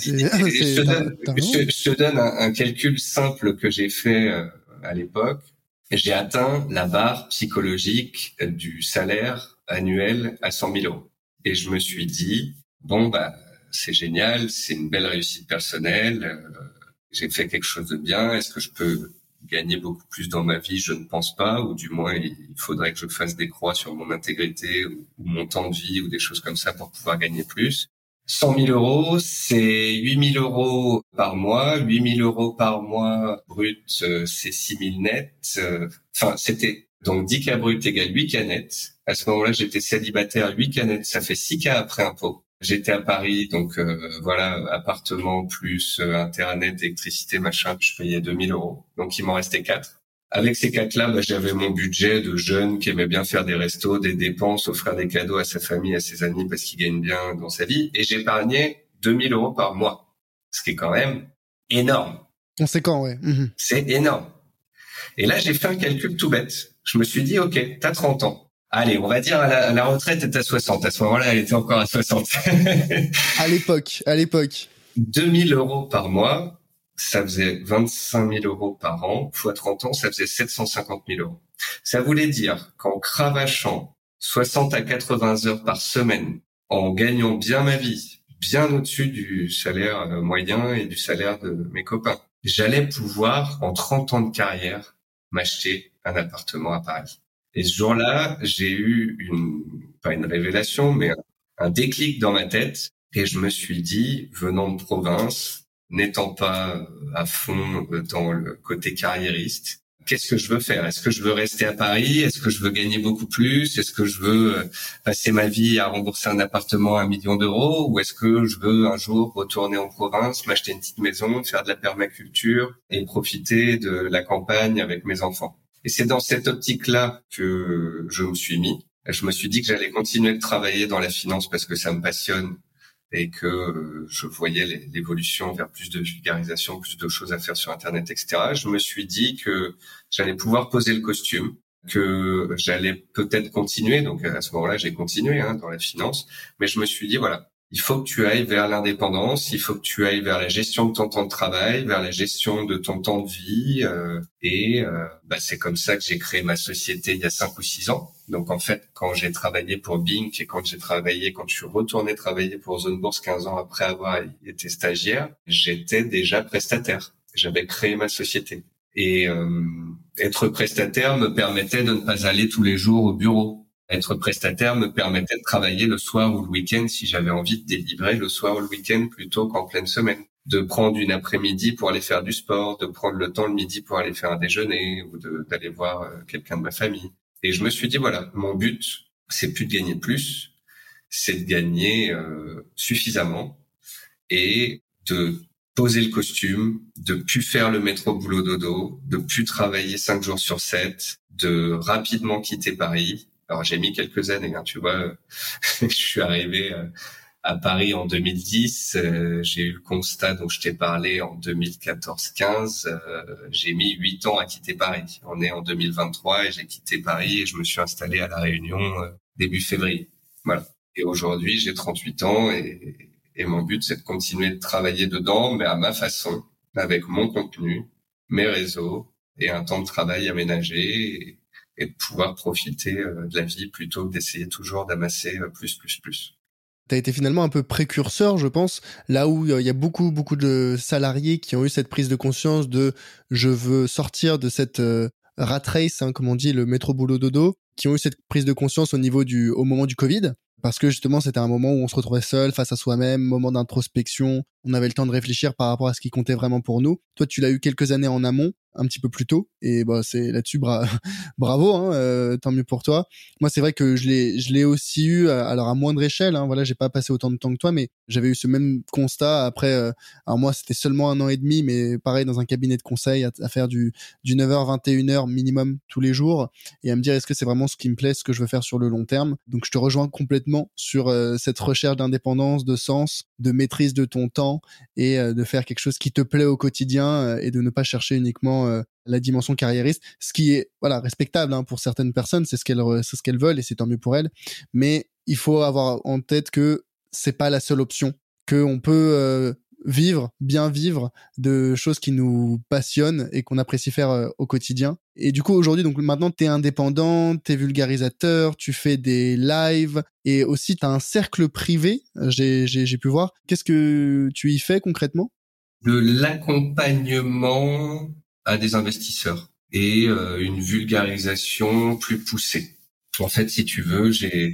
je te donne un calcul simple que j'ai fait à l'époque. J'ai atteint la barre psychologique du salaire annuel à 100 000 euros. Et je me suis dit, bon, c'est génial, c'est une belle réussite personnelle. J'ai fait quelque chose de bien. Est-ce que je peux gagner beaucoup plus dans ma vie? Je ne pense pas, ou du moins il faudrait que je fasse des croix sur mon intégrité ou mon temps de vie ou des choses comme ça pour pouvoir gagner plus. 100 000 euros, c'est 8 000 euros par mois. 8 000 euros par mois brut, c'est 6 000 net. Enfin, c'était donc 10 cas brut égale 8 cas net. À ce moment-là, j'étais célibataire, 8 cas net, ça fait 6 cas après impôt. J'étais à Paris, donc voilà, appartement plus internet, électricité, machin, je payais 2 000 euros. Donc il m'en restait 4. Avec ces 4-là, j'avais mon budget de jeune qui aimait bien faire des restos, des dépenses, offrir des cadeaux à sa famille, à ses amis parce qu'il gagne bien dans sa vie. Et j'épargnais 2 000 euros par mois, ce qui est quand même énorme. Conséquent, ouais. Mmh. C'est énorme. Et là, j'ai fait un calcul tout bête. Je me suis dit, OK, t'as 30 ans. Allez, on va dire à la retraite, t'es à 60. À ce moment-là, elle était encore à 60. À l'époque. 2 000 euros par mois. Ça faisait 25 000 euros par an, fois 30 ans, ça faisait 750 000 euros. Ça voulait dire qu'en cravachant 60 à 80 heures par semaine, en gagnant bien ma vie, bien au-dessus du salaire moyen et du salaire de mes copains, j'allais pouvoir, en 30 ans de carrière, m'acheter un appartement à Paris. Et ce jour-là, j'ai eu pas une révélation, mais un déclic dans ma tête. Et je me suis dit, venant de province, n'étant pas à fond dans le côté carriériste, qu'est-ce que je veux faire? Est-ce que je veux rester à Paris? Est-ce que je veux gagner beaucoup plus? Est-ce que je veux passer ma vie à rembourser un appartement à 1 million d'euros? Ou est-ce que je veux un jour retourner en province, m'acheter une petite maison, faire de la permaculture et profiter de la campagne avec mes enfants? Et c'est dans cette optique-là que je me suis mis. Je me suis dit que j'allais continuer de travailler dans la finance parce que ça me passionne et que je voyais l'évolution vers plus de vulgarisation, plus de choses à faire sur Internet, etc. Je me suis dit que j'allais pouvoir poser le costume, que j'allais peut-être continuer. Donc à ce moment-là, j'ai continué dans la finance. Mais je me suis dit, voilà, il faut que tu ailles vers l'indépendance, il faut que tu ailles vers la gestion de ton temps de travail, vers la gestion de ton temps de vie. C'est comme ça que j'ai créé ma société il y a 5 ou 6 ans. Donc en fait, quand j'ai travaillé pour Bing et quand je suis retourné travailler pour Zone Bourse 15 ans après avoir été stagiaire, j'étais déjà prestataire. J'avais créé ma société. Et être prestataire me permettait de ne pas aller tous les jours au bureau. Être prestataire me permettait de travailler le soir ou le week-end si j'avais envie de délivrer le soir ou le week-end plutôt qu'en pleine semaine. De prendre une après-midi pour aller faire du sport, de prendre le temps le midi pour aller faire un déjeuner ou d'aller voir quelqu'un de ma famille. Et je me suis dit, voilà, mon but, c'est plus de gagner plus, c'est de gagner suffisamment et de poser le costume, de plus faire le métro boulot dodo, de plus travailler 5 jours sur 7, de rapidement quitter Paris Alors j'ai mis quelques années, hein, tu vois. Je suis arrivé à Paris en 2010. J'ai eu le constat dont je t'ai parlé en 2014-15. J'ai mis 8 ans à quitter Paris. On est en 2023 et j'ai quitté Paris et je me suis installé à La Réunion début février. Voilà. Et aujourd'hui, j'ai 38 ans et mon but, c'est de continuer de travailler dedans, mais à ma façon, avec mon contenu, mes réseaux et un temps de travail aménagé et de pouvoir profiter de la vie plutôt que d'essayer toujours d'amasser plus. T'as été finalement un peu précurseur, je pense, là où il y a beaucoup, beaucoup de salariés qui ont eu cette prise de conscience de je veux sortir de cette rat race, hein, comme on dit, le métro boulot dodo, qui ont eu cette prise de conscience au moment du Covid, parce que justement c'était un moment où on se retrouvait seul face à soi-même, moment d'introspection, on avait le temps de réfléchir par rapport à ce qui comptait vraiment pour nous. Toi, tu l'as eu quelques années en amont, un petit peu plus tôt, et bah c'est là-dessus bravo, hein, tant mieux pour toi. Moi, c'est vrai que je l'ai aussi eu, alors à moindre échelle, hein, voilà, j'ai pas passé autant de temps que toi, mais j'avais eu ce même constat après, alors moi, c'était seulement 1 an et demi, mais pareil, dans un cabinet de conseil, à faire du 9h, 21h minimum tous les jours, et à me dire, est-ce que c'est vraiment ce qui me plaît, ce que je veux faire sur le long terme? Donc, je te rejoins complètement sur cette recherche d'indépendance, de sens, de maîtrise de ton temps, et de faire quelque chose qui te plaît au quotidien, et de ne pas chercher uniquement la dimension carriériste, ce qui est voilà respectable, hein, pour certaines personnes, c'est ce qu'elles veulent et c'est tant mieux pour elles, mais il faut avoir en tête que c'est pas la seule option, que on peut bien vivre de choses qui nous passionnent et qu'on apprécie faire au quotidien. Et du coup aujourd'hui, donc maintenant t'es indépendant, t'es vulgarisateur, tu fais des lives et aussi t'as un cercle privé, j'ai pu voir. Qu'est-ce que tu y fais concrètement? De l'accompagnement à des investisseurs et une vulgarisation plus poussée. En fait, si tu veux, j'ai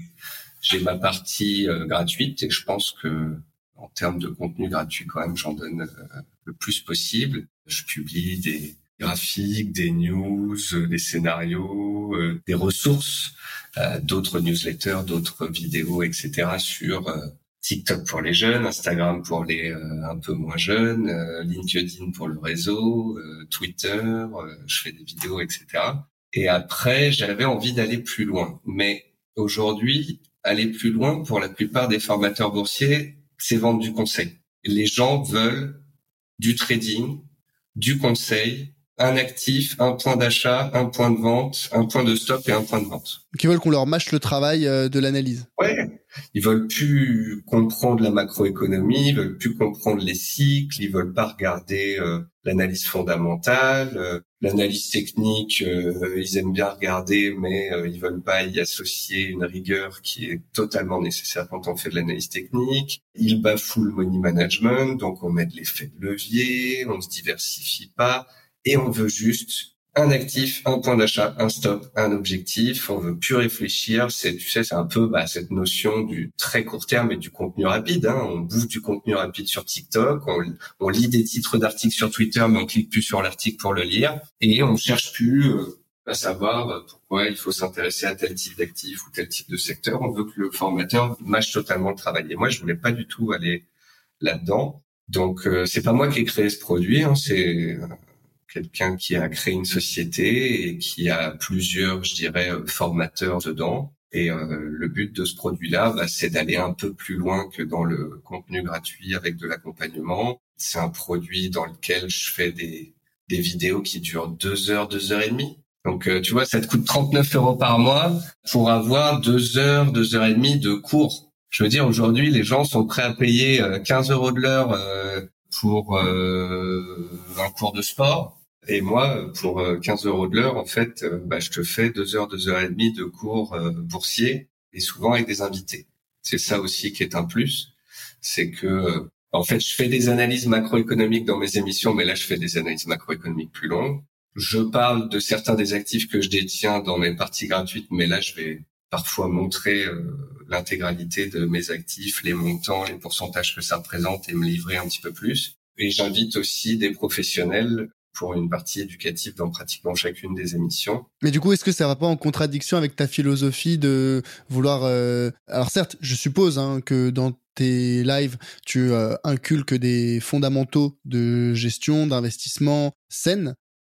ma partie gratuite et je pense que en termes de contenu gratuit, quand même, j'en donne le plus possible. Je publie des graphiques, des news, des scénarios, des ressources, d'autres newsletters, d'autres vidéos, etc. sur TikTok pour les jeunes, Instagram pour les un peu moins jeunes, LinkedIn pour le réseau, Twitter, je fais des vidéos, etc. Et après, j'avais envie d'aller plus loin. Mais aujourd'hui, aller plus loin, pour la plupart des formateurs boursiers, c'est vendre du conseil. Les gens veulent du trading, du conseil, un actif, un point d'achat, un point de vente, un point de stop et un point de vente. Qui veulent qu'on leur mâche le travail de l'analyse. Ouais. Ils veulent plus comprendre la macroéconomie, ils veulent plus comprendre les cycles, ils veulent pas regarder l'analyse fondamentale, l'analyse technique, ils aiment bien regarder, mais ils veulent pas y associer une rigueur qui est totalement nécessaire quand on fait de l'analyse technique. Ils bafouent le money management, donc on met de l'effet de levier, on se diversifie pas, et on veut juste un actif, un point d'achat, un stop, un objectif. On veut plus réfléchir. C'est un peu cette notion du très court terme et du contenu rapide. Hein. On bouffe du contenu rapide sur TikTok. On lit des titres d'articles sur Twitter, mais on clique plus sur l'article pour le lire. Et on cherche plus à savoir pourquoi il faut s'intéresser à tel type d'actif ou tel type de secteur. On veut que le formateur mâche totalement le travail. Et moi, je voulais pas du tout aller là-dedans. Donc, c'est pas moi qui ai créé ce produit. Hein. C'est quelqu'un qui a créé une société et qui a plusieurs, je dirais, formateurs dedans. Et le but de ce produit-là, c'est d'aller un peu plus loin que dans le contenu gratuit avec de l'accompagnement. C'est un produit dans lequel je fais des vidéos qui durent 2 heures, 2 heures et demie. Donc, tu vois, ça te coûte 39 € par mois pour avoir 2 heures, 2 heures et demie de cours. Je veux dire, aujourd'hui, les gens sont prêts à payer 15 € de l'heure pour un cours de sport. Et moi, pour 15 € de l'heure, en fait, je te fais 2 heures, 2 heures et demie de cours boursiers et souvent avec des invités. C'est ça aussi qui est un plus. C'est que, en fait, je fais des analyses macroéconomiques dans mes émissions, mais là, je fais des analyses macroéconomiques plus longues. Je parle de certains des actifs que je détiens dans mes parties gratuites, mais là, je vais parfois montrer l'intégralité de mes actifs, les montants, les pourcentages que ça représente et me livrer un petit peu plus. Et j'invite aussi des professionnels pour une partie éducative dans pratiquement chacune des émissions. Mais du coup, est-ce que ça va pas en contradiction avec ta philosophie de vouloir... Alors certes, je suppose que dans tes lives, tu inculques des fondamentaux de gestion, d'investissement saine,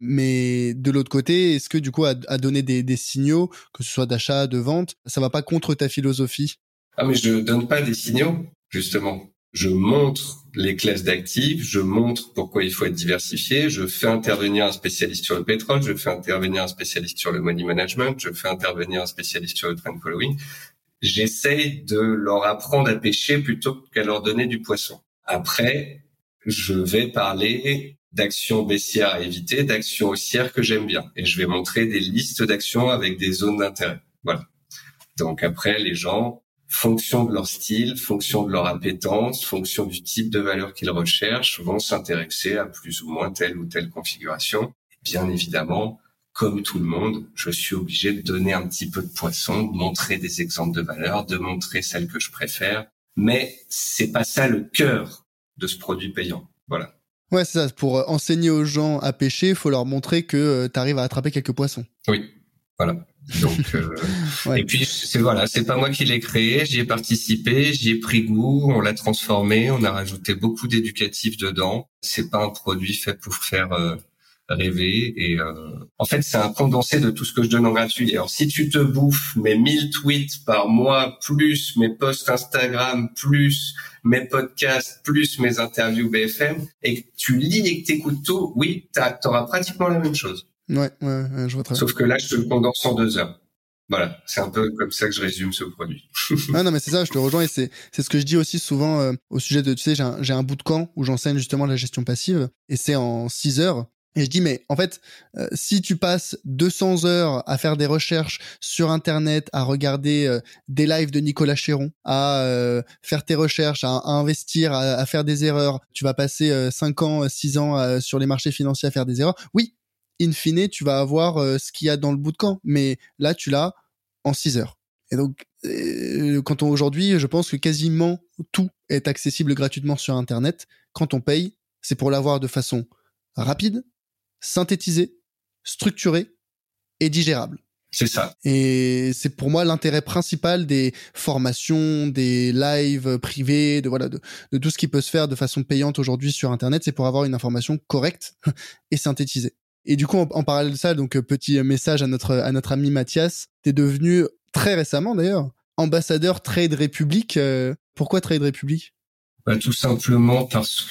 Mais de l'autre côté, est-ce que du coup, à donner des signaux, que ce soit d'achat, de vente, ça va pas contre ta philosophie? Ah, mais je donne pas des signaux, justement. Je montre les classes d'actifs, je montre pourquoi il faut être diversifié, je fais intervenir un spécialiste sur le pétrole, je fais intervenir un spécialiste sur le money management, je fais intervenir un spécialiste sur le trend following. J'essaye de leur apprendre à pêcher plutôt qu'à leur donner du poisson. Après, je vais parler d'actions baissières à éviter, d'actions haussières que j'aime bien. Et je vais montrer des listes d'actions avec des zones d'intérêt. Voilà. Donc après, les gens, fonction de leur style, fonction de leur appétence, fonction du type de valeur qu'ils recherchent, vont s'intéresser à plus ou moins telle ou telle configuration. Et bien évidemment, comme tout le monde, je suis obligé de donner un petit peu de poisson, de montrer des exemples de valeurs, de montrer celles que je préfère. Mais c'est pas ça le cœur de ce produit payant. Voilà. Ouais, c'est ça. Pour enseigner aux gens à pêcher, il faut leur montrer que tu arrives à attraper quelques poissons. Oui, voilà. Donc, Ouais. Et puis c'est pas moi qui l'ai créé, j'y ai participé, j'y ai pris goût, on l'a transformé, on a rajouté beaucoup d'éducatifs dedans. C'est pas un produit fait pour faire rêver et en fait c'est un condensé de tout ce que je donne en gratuit. Alors si tu te bouffes mes 1000 tweets par mois plus mes posts Instagram plus mes podcasts plus mes interviews BFM et que tu lis et que t'écoutes tout, oui, t'auras pratiquement la même chose. Ouais, je vois très bien. Sauf que là, je te le condense en 2 heures. Voilà, c'est un peu comme ça que je résume ce produit. Ah non, mais c'est ça, je te rejoins et c'est ce que je dis aussi souvent au sujet de, tu sais, j'ai un bootcamp où j'enseigne justement la gestion passive et c'est en 6 heures. Et je dis, mais en fait, si tu passes 200 heures à faire des recherches sur Internet, à regarder des lives de Nicolas Chéron, à faire tes recherches, à investir, à faire des erreurs, tu vas passer 5 ans, 6 ans sur les marchés financiers à faire des erreurs. Oui, in fine, tu vas avoir ce qu'il y a dans le bootcamp, mais là, tu l'as en 6 heures. Et donc, aujourd'hui, je pense que quasiment tout est accessible gratuitement sur Internet. Quand on paye, c'est pour l'avoir de façon rapide, synthétisé, structuré et digérable. C'est ça. Et c'est pour moi l'intérêt principal des formations, des lives privés, de tout ce qui peut se faire de façon payante aujourd'hui sur Internet, c'est pour avoir une information correcte et synthétisée. Et du coup, en parallèle de ça, donc petit message à notre ami Mathias, t'es devenu très récemment d'ailleurs ambassadeur Trade Republic. Pourquoi Trade Republic ? Tout simplement parce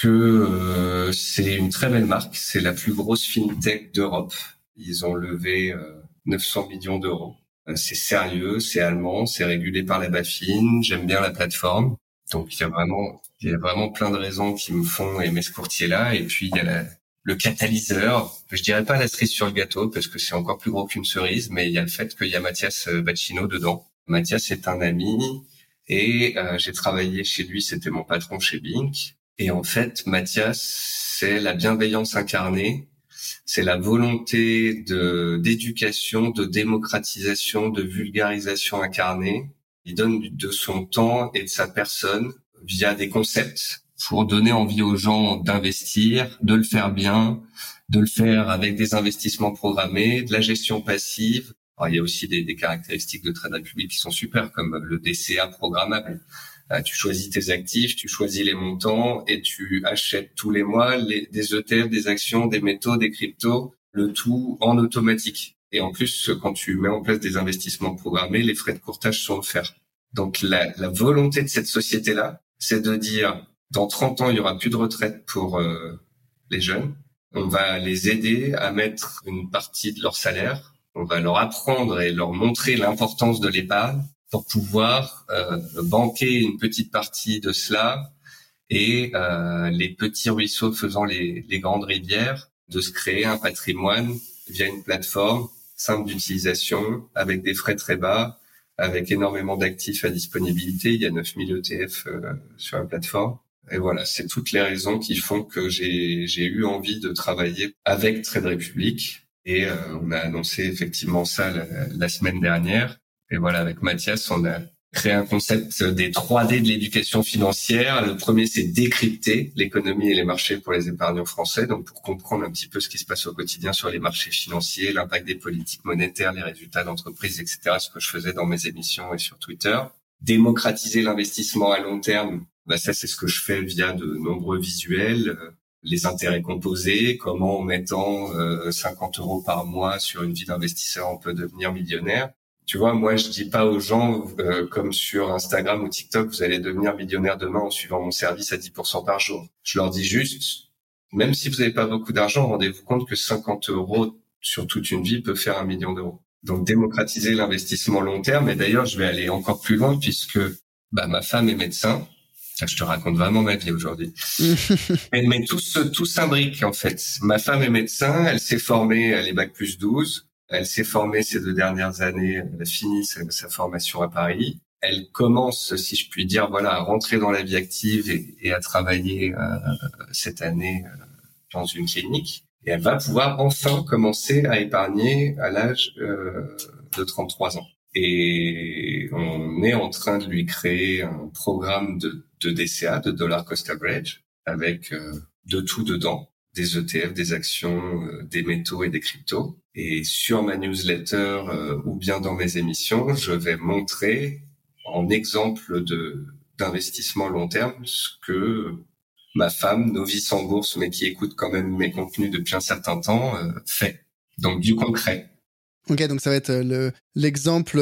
que c'est une très belle marque. C'est la plus grosse fintech d'Europe. Ils ont levé 900 millions d'euros. C'est sérieux, c'est allemand, c'est régulé par la BaFin. J'aime bien la plateforme. Donc il y a vraiment plein de raisons qui me font aimer ce courtier-là. Et puis il y a le catalyseur. Je dirais pas la cerise sur le gâteau parce que c'est encore plus gros qu'une cerise, mais il y a le fait qu'il y a Mathias Bacchino dedans. Mathias est un ami. Et j'ai travaillé chez lui, c'était mon patron chez Bink. Et en fait, Mathias, c'est la bienveillance incarnée, c'est la volonté d'éducation, de démocratisation, de vulgarisation incarnée. Il donne de son temps et de sa personne via des concepts pour donner envie aux gens d'investir, de le faire bien, de le faire avec des investissements programmés, de la gestion passive. Alors, il y a aussi des caractéristiques de Trade Republic qui sont super, comme le DCA programmable. Tu choisis tes actifs, tu choisis les montants et tu achètes tous les mois des ETF, des actions, des métaux, des cryptos, le tout en automatique. Et en plus, quand tu mets en place des investissements programmés, les frais de courtage sont offerts. Donc la volonté de cette société-là, c'est de dire, dans 30 ans, il y aura plus de retraite pour les jeunes. On va les aider à mettre une partie de leur salaire. On va leur apprendre et leur montrer l'importance de l'épargne pour pouvoir banquer une petite partie de cela et les petits ruisseaux faisant les grandes rivières, de se créer un patrimoine via une plateforme simple d'utilisation avec des frais très bas, avec énormément d'actifs à disponibilité. Il y a 9000 ETF sur la plateforme. Et voilà, c'est toutes les raisons qui font que j'ai eu envie de travailler avec Trade Republic. Et on a annoncé effectivement ça la semaine dernière. Et voilà, avec Mathias, on a créé un concept des 3D de l'éducation financière. Le premier, c'est décrypter l'économie et les marchés pour les épargnants français. Donc, pour comprendre un petit peu ce qui se passe au quotidien sur les marchés financiers, l'impact des politiques monétaires, les résultats d'entreprises, etc. Ce que je faisais dans mes émissions et sur Twitter. Démocratiser l'investissement à long terme. Ça, c'est ce que je fais via de nombreux visuels. les intérêts composés, comment en mettant 50 € par mois sur une vie d'investisseur, on peut devenir millionnaire. Tu vois, moi, je dis pas aux gens, comme sur Instagram ou TikTok, vous allez devenir millionnaire demain en suivant mon service à 10% par jour. Je leur dis juste, même si vous n'avez pas beaucoup d'argent, rendez-vous compte que 50 € sur toute une vie peut faire 1 million d'euros. Donc, démocratiser l'investissement long terme. Et d'ailleurs, je vais aller encore plus loin puisque ma femme est médecin. Je te raconte vraiment ma vie aujourd'hui. mais tout s'imbrique, en fait. Ma femme est médecin, elle s'est formée, elle est bac+12. Elle s'est formée ces 2 dernières années, elle a fini sa formation à Paris. Elle commence, si je puis dire, à rentrer dans la vie active et à travailler cette année dans une clinique. Et elle va pouvoir enfin commencer à épargner à l'âge de 33 ans. Et on est en train de lui créer un programme de DCA, de Dollar Cost Average, avec de tout dedans, des ETF, des actions, des métaux et des cryptos. Et sur ma newsletter ou bien dans mes émissions, je vais montrer en exemple d'investissement long terme ce que ma femme, novice en bourse, mais qui écoute quand même mes contenus depuis un certain temps, fait. Donc du concret. Ok, donc ça va être l'exemple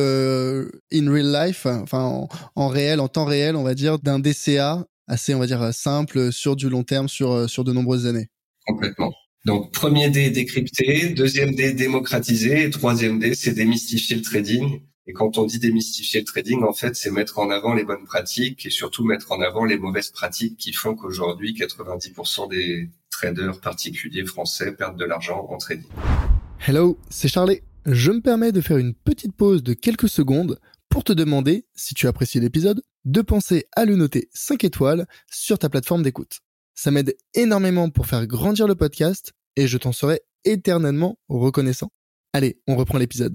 in real life, enfin en réel, en temps réel, on va dire, d'un DCA assez, on va dire, simple sur du long terme, sur de nombreuses années. Complètement. Donc, premier D, décrypter. Deuxième D, démocratiser. Et troisième D, c'est démystifier le trading. Et quand on dit démystifier le trading, en fait, c'est mettre en avant les bonnes pratiques et surtout mettre en avant les mauvaises pratiques qui font qu'aujourd'hui, 90% des traders particuliers français perdent de l'argent en trading. Hello, c'est Charlie. Je me permets de faire une petite pause de quelques secondes pour te demander, si tu apprécies l'épisode, de penser à le noter 5 étoiles sur ta plateforme d'écoute. Ça m'aide énormément pour faire grandir le podcast et je t'en serai éternellement reconnaissant. Allez, on reprend l'épisode.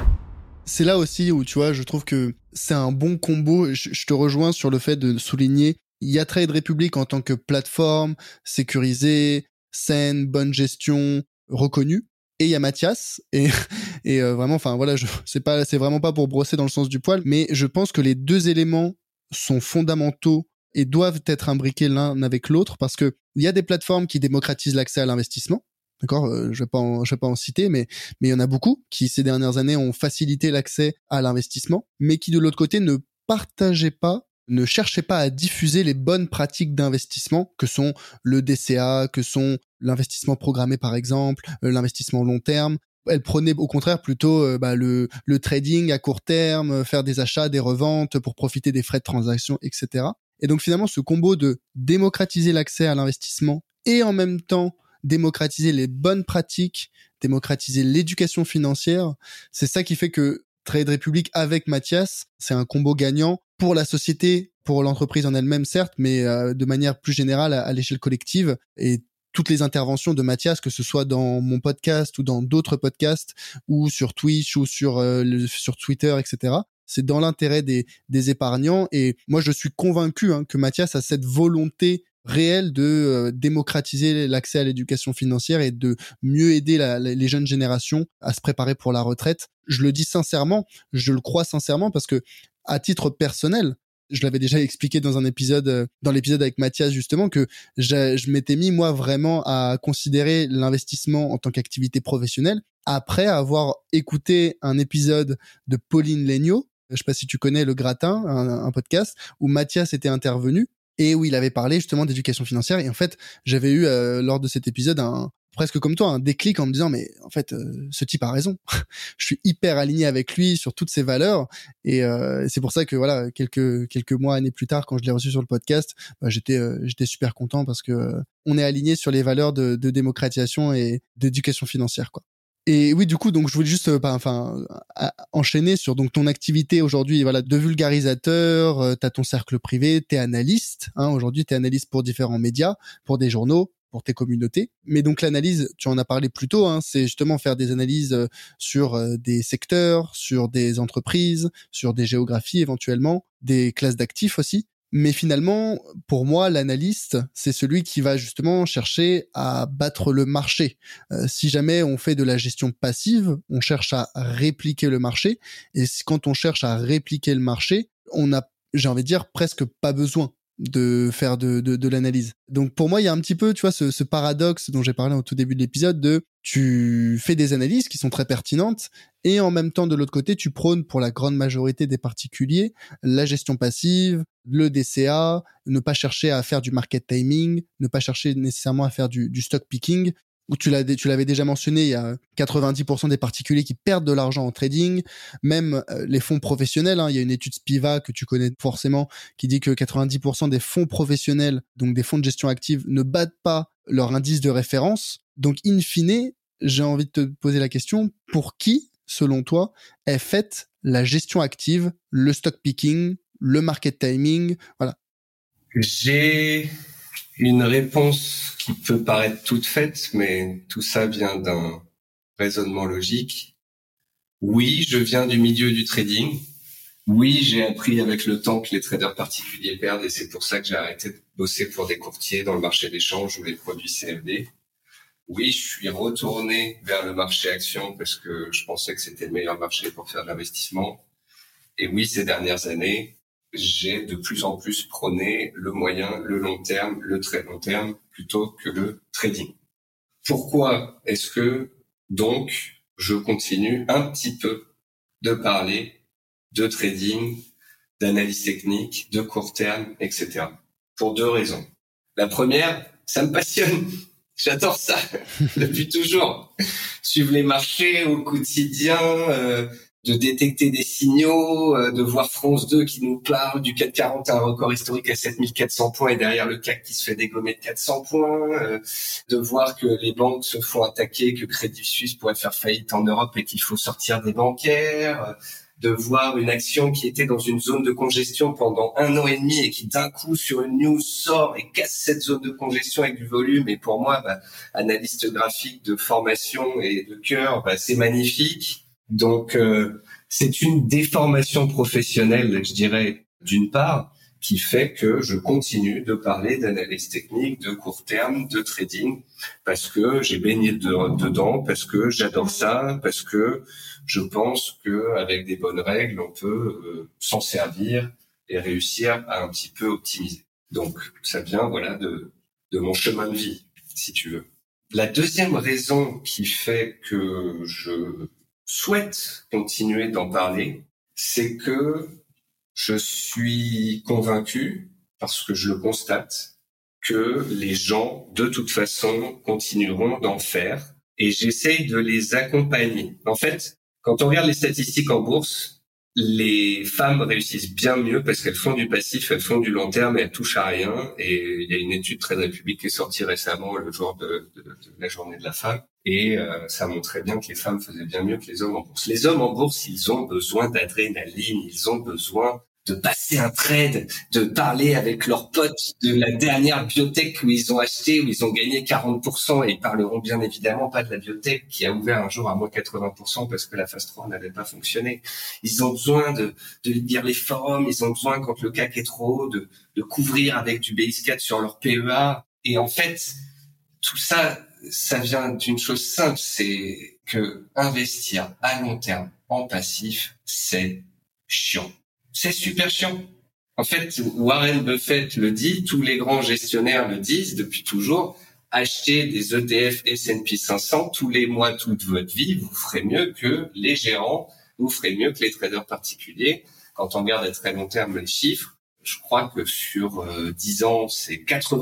C'est là aussi où, tu vois, je trouve que c'est un bon combo. Je te rejoins sur le fait de souligner, il y a Trade Republic en tant que plateforme sécurisée, saine, bonne gestion, reconnue. Et il y a Mathias, et vraiment, enfin voilà, c'est vraiment pas pour brosser dans le sens du poil, mais je pense que les deux éléments sont fondamentaux et doivent être imbriqués l'un avec l'autre parce que il y a des plateformes qui démocratisent l'accès à l'investissement. D'accord, je vais pas en citer, mais il y en a beaucoup qui ces dernières années ont facilité l'accès à l'investissement, mais qui de l'autre côté ne cherchaient pas à diffuser les bonnes pratiques d'investissement que sont le DCA, que sont l'investissement programmé par exemple, l'investissement long terme. Elle prenait au contraire plutôt le trading à court terme, faire des achats, des reventes pour profiter des frais de transaction, etc. Et donc finalement, ce combo de démocratiser l'accès à l'investissement et en même temps démocratiser les bonnes pratiques, démocratiser l'éducation financière, c'est ça qui fait que Trade Republic avec Mathias, c'est un combo gagnant pour la société, pour l'entreprise en elle-même certes, mais de manière plus générale à l'échelle collective. Et toutes les interventions de Mathias, que ce soit dans mon podcast ou dans d'autres podcasts, ou sur Twitch ou sur Twitter, etc., c'est dans l'intérêt des épargnants. Et moi, je suis convaincu que Mathias a cette volonté réelle de démocratiser l'accès à l'éducation financière et de mieux aider les jeunes générations à se préparer pour la retraite. Je le dis sincèrement, je le crois sincèrement parce que, à titre personnel, je l'avais déjà expliqué dans un épisode, dans l'épisode avec Mathias justement, que je m'étais mis moi vraiment à considérer l'investissement en tant qu'activité professionnelle après avoir écouté un épisode de Pauline Legnaud, je sais pas si tu connais Le Gratin, un podcast où Mathias était intervenu et où il avait parlé justement d'éducation financière. Et en fait, j'avais eu lors de cet épisode presque comme toi, un déclic en me disant mais en fait ce type a raison. Je suis hyper aligné avec lui sur toutes ses valeurs et c'est pour ça que voilà, quelques mois, années plus tard, quand je l'ai reçu sur le podcast, j'étais super content parce que on est aligné sur les valeurs de démocratisation et d'éducation financière, quoi. Et oui, du coup, donc je voulais juste enchaîner sur donc ton activité aujourd'hui, voilà, de vulgarisateur, t'as ton cercle privé, t'es analyste, aujourd'hui t'es analyste pour différents médias, pour des journaux, pour tes communautés. Mais donc l'analyse, tu en as parlé plus tôt, c'est justement faire des analyses sur des secteurs, sur des entreprises, sur des géographies éventuellement, des classes d'actifs aussi. Mais finalement, pour moi, l'analyste, c'est celui qui va justement chercher à battre le marché. Si jamais on fait de la gestion passive, on cherche à répliquer le marché. Et quand on cherche à répliquer le marché, on a, j'ai envie de dire, presque pas besoin de faire de l'analyse. Donc pour moi, il y a un petit peu, tu vois, ce paradoxe dont j'ai parlé au tout début de l'épisode de tu fais des analyses qui sont très pertinentes et en même temps, de l'autre côté, tu prônes pour la grande majorité des particuliers la gestion passive, le DCA, ne pas chercher à faire du market timing, ne pas chercher nécessairement à faire du stock picking. Où tu l'avais déjà mentionné, il y a 90% des particuliers qui perdent de l'argent en trading, même les fonds professionnels, hein, il y a une étude Spiva que tu connais forcément qui dit que 90% des fonds professionnels, donc des fonds de gestion active, ne battent pas leur indice de référence. Donc in fine, j'ai envie de te poser la question, pour qui, selon toi, est faite la gestion active, le stock picking, le market timing, voilà. J'ai une réponse qui peut paraître toute faite, mais tout ça vient d'un raisonnement logique. Oui, je viens du milieu du trading. Oui, j'ai appris avec le temps que les traders particuliers perdent et c'est pour ça que j'ai arrêté de bosser pour des courtiers dans le marché d'échange ou les produits CFD. Oui, je suis retourné vers le marché action parce que je pensais que c'était le meilleur marché pour faire de l'investissement. Et oui, ces dernières années, j'ai de plus en plus prôné le moyen, le long terme, le très long terme, plutôt que le trading. Pourquoi est-ce que, donc, je continue un petit peu de parler de trading, d'analyse technique, de court terme, etc. Pour deux raisons. La première, ça me passionne. J'adore ça depuis toujours. Suivre les marchés au quotidien, de détecter des signaux, de voir France 2 qui nous parle du CAC 40 à un record historique à 7400 points et derrière le CAC qui se fait dégommer de 400 points, de voir que les banques se font attaquer, que Crédit Suisse pourrait faire faillite en Europe et qu'il faut sortir des bancaires, de voir une action qui était dans une zone de congestion pendant 1 an et demi et qui d'un coup sur une news sort et casse cette zone de congestion avec du volume. Et pour moi, analyste graphique de formation et de cœur, c'est magnifique. Donc, c'est une déformation professionnelle, je dirais, d'une part, qui fait que je continue de parler d'analyse technique, de court terme, de trading, parce que j'ai baigné dedans, parce que j'adore ça, parce que je pense que avec des bonnes règles, on peut s'en servir et réussir à un petit peu optimiser. Donc, ça vient, voilà, de mon chemin de vie, si tu veux. La deuxième raison qui fait que je souhaite continuer d'en parler, c'est que je suis convaincu, parce que je le constate, que les gens, de toute façon, continueront d'en faire et j'essaye de les accompagner. En fait, quand on regarde les statistiques en bourse, les femmes réussissent bien mieux parce qu'elles font du passif, elles font du long terme et elles touchent à rien. Et il y a une étude très publique qui est sortie récemment, le jour de la journée de la femme. Et ça montrait bien que les femmes faisaient bien mieux que les hommes en bourse. Les hommes en bourse, ils ont besoin d'adrénaline, ils ont besoin de passer un trade, de parler avec leurs potes de la dernière biotech où ils ont acheté, où ils ont gagné 40%, et ils parleront bien évidemment pas de la biotech qui a ouvert un jour à moins 80% parce que la phase 3 n'avait pas fonctionné. Ils ont besoin de lire les forums, ils ont besoin, quand le CAC est trop haut, de couvrir avec du BX4 sur leur PEA. Et en fait, tout ça, ça vient d'une chose simple, c'est que investir à long terme en passif, c'est chiant. C'est super chiant. En fait, Warren Buffett le dit, tous les grands gestionnaires le disent depuis toujours, achetez des ETF S&P 500 tous les mois, toute votre vie, vous ferez mieux que les gérants, vous ferez mieux que les traders particuliers. Quand on regarde à très long terme les chiffres, je crois que sur 10 ans, c'est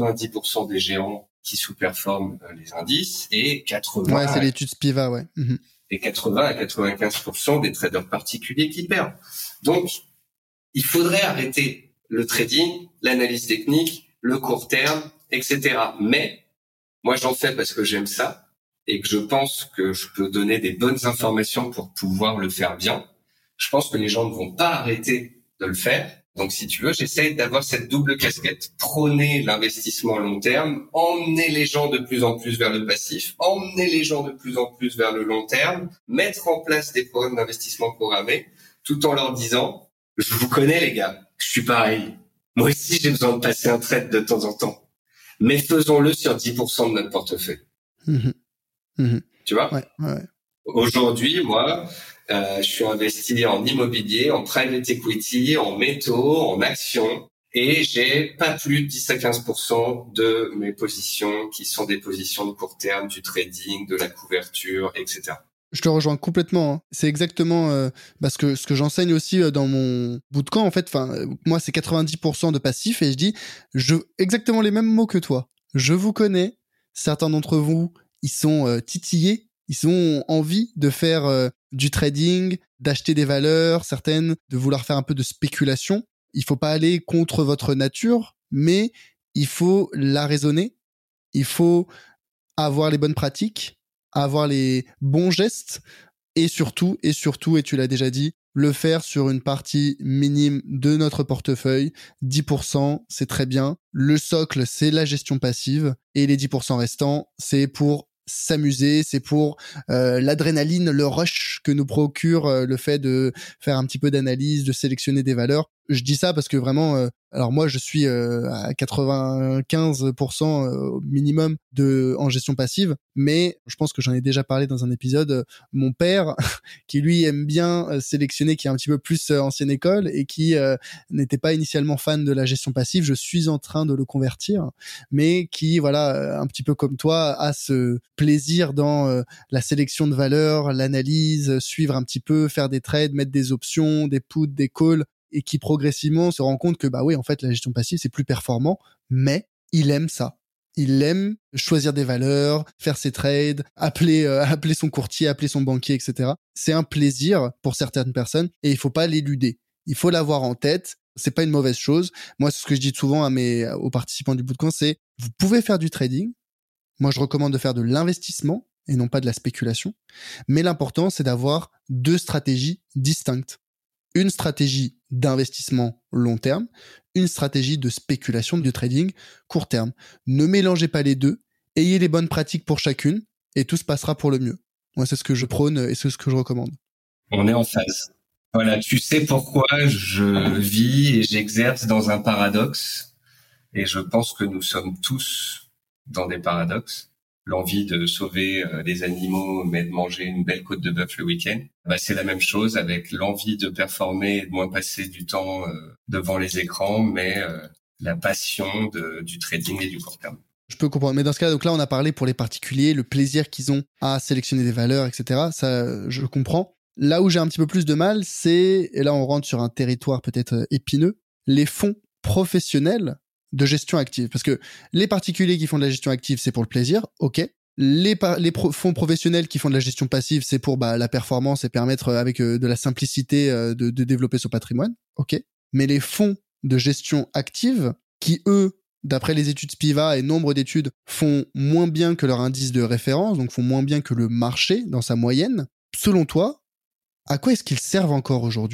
90% des gérants qui sous-performent les indices et 80... Ouais, c'est l'étude Spiva, ouais. Et 80 à 95% des traders particuliers qui perdent. Donc, il faudrait arrêter le trading, l'analyse technique, le court terme, etc. Mais moi, j'en fais parce que j'aime ça et que je pense que je peux donner des bonnes informations pour pouvoir le faire bien. Je pense que les gens ne vont pas arrêter de le faire. Donc, si tu veux, j'essaye d'avoir cette double casquette. Prôner l'investissement long terme, emmener les gens de plus en plus vers le passif, emmener les gens de plus en plus vers le long terme, mettre en place des programmes d'investissement programmés, tout en leur disant... Je vous connais, les gars. Je suis pareil. Moi aussi, j'ai besoin de passer un trade de temps en temps. Mais faisons-le sur 10% de notre portefeuille. Tu vois? Ouais. Aujourd'hui, moi, je suis investi en immobilier, en private equity, en métaux, en actions. Et j'ai pas plus de 10 à 15% de mes positions qui sont des positions de court terme, du trading, de la couverture, etc. Je te rejoins complètement, hein. C'est exactement ce que j'enseigne aussi dans mon bootcamp, en fait. Enfin, moi, c'est 90% de passif et je dis exactement les mêmes mots que toi. Je vous connais. Certains d'entre vous, ils sont titillés. Ils ont envie de faire du trading, d'acheter des valeurs, certaines, de vouloir faire un peu de spéculation. Il faut pas aller contre votre nature, mais il faut la raisonner. Il faut avoir les bonnes pratiques, avoir les bons gestes et surtout, et tu l'as déjà dit, le faire sur une partie minime de notre portefeuille. 10%, c'est très bien. Le socle, c'est la gestion passive et les 10% restants, c'est pour s'amuser, c'est pour l'adrénaline, le rush que nous procure le fait de faire un petit peu d'analyse, de sélectionner des valeurs. Je dis ça parce que vraiment, alors moi je suis à 95% au minimum en gestion passive, mais je pense que j'en ai déjà parlé dans un épisode. Mon père, qui lui aime bien sélectionner, qui est un petit peu plus ancienne école et qui n'était pas initialement fan de la gestion passive, je suis en train de le convertir, mais qui voilà un petit peu comme toi a ce plaisir dans la sélection de valeurs, l'analyse, suivre un petit peu, faire des trades, mettre des options, des puts, des calls, et qui progressivement se rend compte que bah oui, en fait la gestion passive c'est plus performant, mais il aime ça. Il aime choisir des valeurs, faire ses trades, appeler son courtier, appeler son banquier, etc. C'est un plaisir pour certaines personnes et il faut pas l'éluder. Il faut l'avoir en tête. C'est pas une mauvaise chose. Moi, c'est ce que je dis souvent aux participants du bootcamp, c'est vous pouvez faire du trading. Moi, je recommande de faire de l'investissement et non pas de la spéculation. Mais l'important, c'est d'avoir deux stratégies distinctes. Une stratégie d'investissement long terme, une stratégie de spéculation, de trading court terme. Ne mélangez pas les deux, ayez les bonnes pratiques pour chacune et tout se passera pour le mieux. Moi, c'est ce que je prône et c'est ce que je recommande. On est en phase. Voilà, tu sais pourquoi je vis et j'exerce dans un paradoxe, et je pense que nous sommes tous dans des paradoxes. L'envie de sauver les animaux, mais de manger une belle côte de bœuf le week-end. Bah, c'est la même chose avec l'envie de performer et de moins passer du temps devant les écrans, mais la passion du trading et du court terme. Je peux comprendre. Mais dans ce cas, donc là, on a parlé pour les particuliers, le plaisir qu'ils ont à sélectionner des valeurs, etc. Ça, je comprends. Là où j'ai un petit peu plus de mal, et là, on rentre sur un territoire peut-être épineux, les fonds professionnels de gestion active. Parce que les particuliers qui font de la gestion active, c'est pour le plaisir, ok. Les fonds professionnels qui font de la gestion passive, c'est pour la performance et permettre avec de la simplicité de développer son patrimoine, ok. Mais les fonds de gestion active, qui eux, d'après les études Spiva et nombre d'études, font moins bien que leur indice de référence, donc font moins bien que le marché dans sa moyenne, selon toi, à quoi est-ce qu'ils servent encore aujourd'hui ?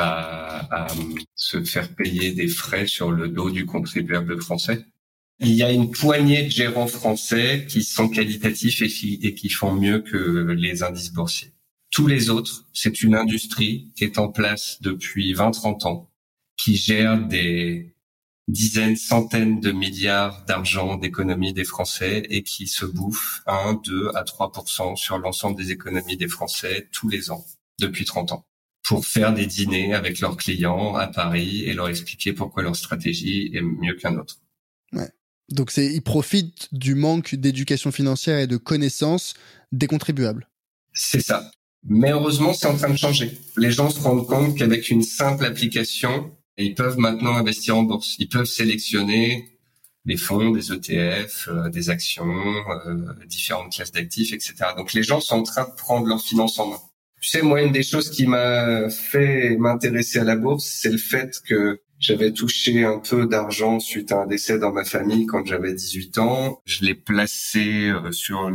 À se faire payer des frais sur le dos du contribuable français. Il y a une poignée de gérants français qui sont qualitatifs et qui font mieux que les indices boursiers. Tous les autres, c'est une industrie qui est en place depuis 20-30 ans, qui gère des dizaines, centaines de milliards d'argent d'économies des Français et qui se bouffe 1, 2 à 3% sur l'ensemble des économies des Français tous les ans, depuis 30 ans, pour faire des dîners avec leurs clients à Paris et leur expliquer pourquoi leur stratégie est mieux qu'un autre. Ouais. Donc ils profitent du manque d'éducation financière et de connaissances des contribuables. C'est ça. Mais heureusement, c'est en train de changer. Les gens se rendent compte qu'avec une simple application, ils peuvent maintenant investir en bourse. Ils peuvent sélectionner des fonds, des ETF, des actions, différentes classes d'actifs, etc. Donc les gens sont en train de prendre leurs finances en main. Tu sais, moi, une des choses qui m'a fait m'intéresser à la bourse, c'est le fait que j'avais touché un peu d'argent suite à un décès dans ma famille quand j'avais 18 ans. Je l'ai placé sur,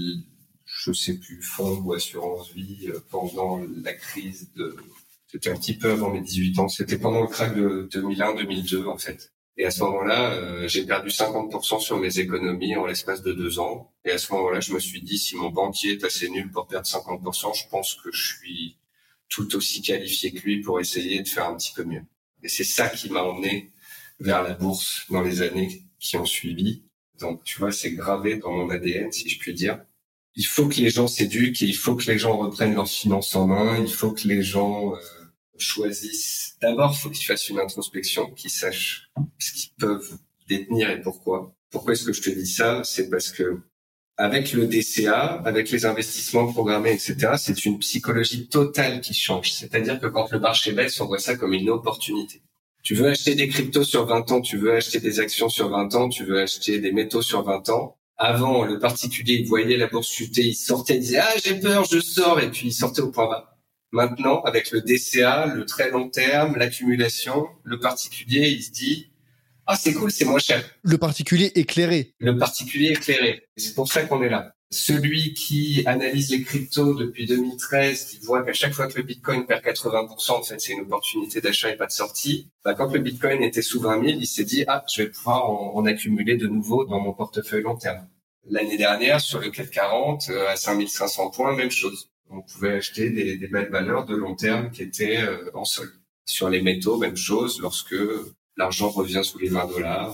je sais plus, fonds ou assurance vie pendant la crise c'était un petit peu avant mes 18 ans. C'était pendant le krach de 2001-2002, en fait. Et à ce moment-là, j'ai perdu 50% sur mes économies en l'espace de 2 ans. Et à ce moment-là, je me suis dit, si mon banquier est assez nul pour perdre 50%, je pense que je suis tout aussi qualifié que lui pour essayer de faire un petit peu mieux. Et c'est ça qui m'a emmené vers la bourse dans les années qui ont suivi. Donc, tu vois, c'est gravé dans mon ADN, si je puis dire. Il faut que les gens s'éduquent et il faut que les gens reprennent leurs finances en main. Il faut que les gens choisissent, d'abord, il faut qu'ils fassent une introspection, qu'ils sachent ce qu'ils peuvent détenir et pourquoi. Pourquoi est-ce que je te dis ça? C'est parce que avec le DCA, avec les investissements programmés, etc., c'est une psychologie totale qui change. C'est-à-dire que quand le marché baisse, on voit ça comme une opportunité. Tu veux acheter des cryptos sur 20 ans, tu veux acheter des actions sur 20 ans, tu veux acheter des métaux sur 20 ans. Avant, le particulier, il voyait la bourse chuter, il sortait, il disait « Ah, j'ai peur, je sors », et puis il sortait au point bas. Maintenant, avec le DCA, le très long terme, l'accumulation, le particulier, il se dit « Ah, c'est cool, c'est moins cher ». Le particulier éclairé. Le particulier éclairé. C'est pour ça qu'on est là. Celui qui analyse les cryptos depuis 2013, qui voit qu'à chaque fois que le Bitcoin perd 80%, en fait, c'est une opportunité d'achat et pas de sortie. Quand le Bitcoin était sous 20 000, il s'est dit « Ah, je vais pouvoir en accumuler de nouveau dans mon portefeuille long terme ». L'année dernière, sur le CAC 40, à 5500 points, même chose. On pouvait acheter des belles valeurs de long terme qui étaient en solde. Sur les métaux, même chose, lorsque l'argent revient sous les $20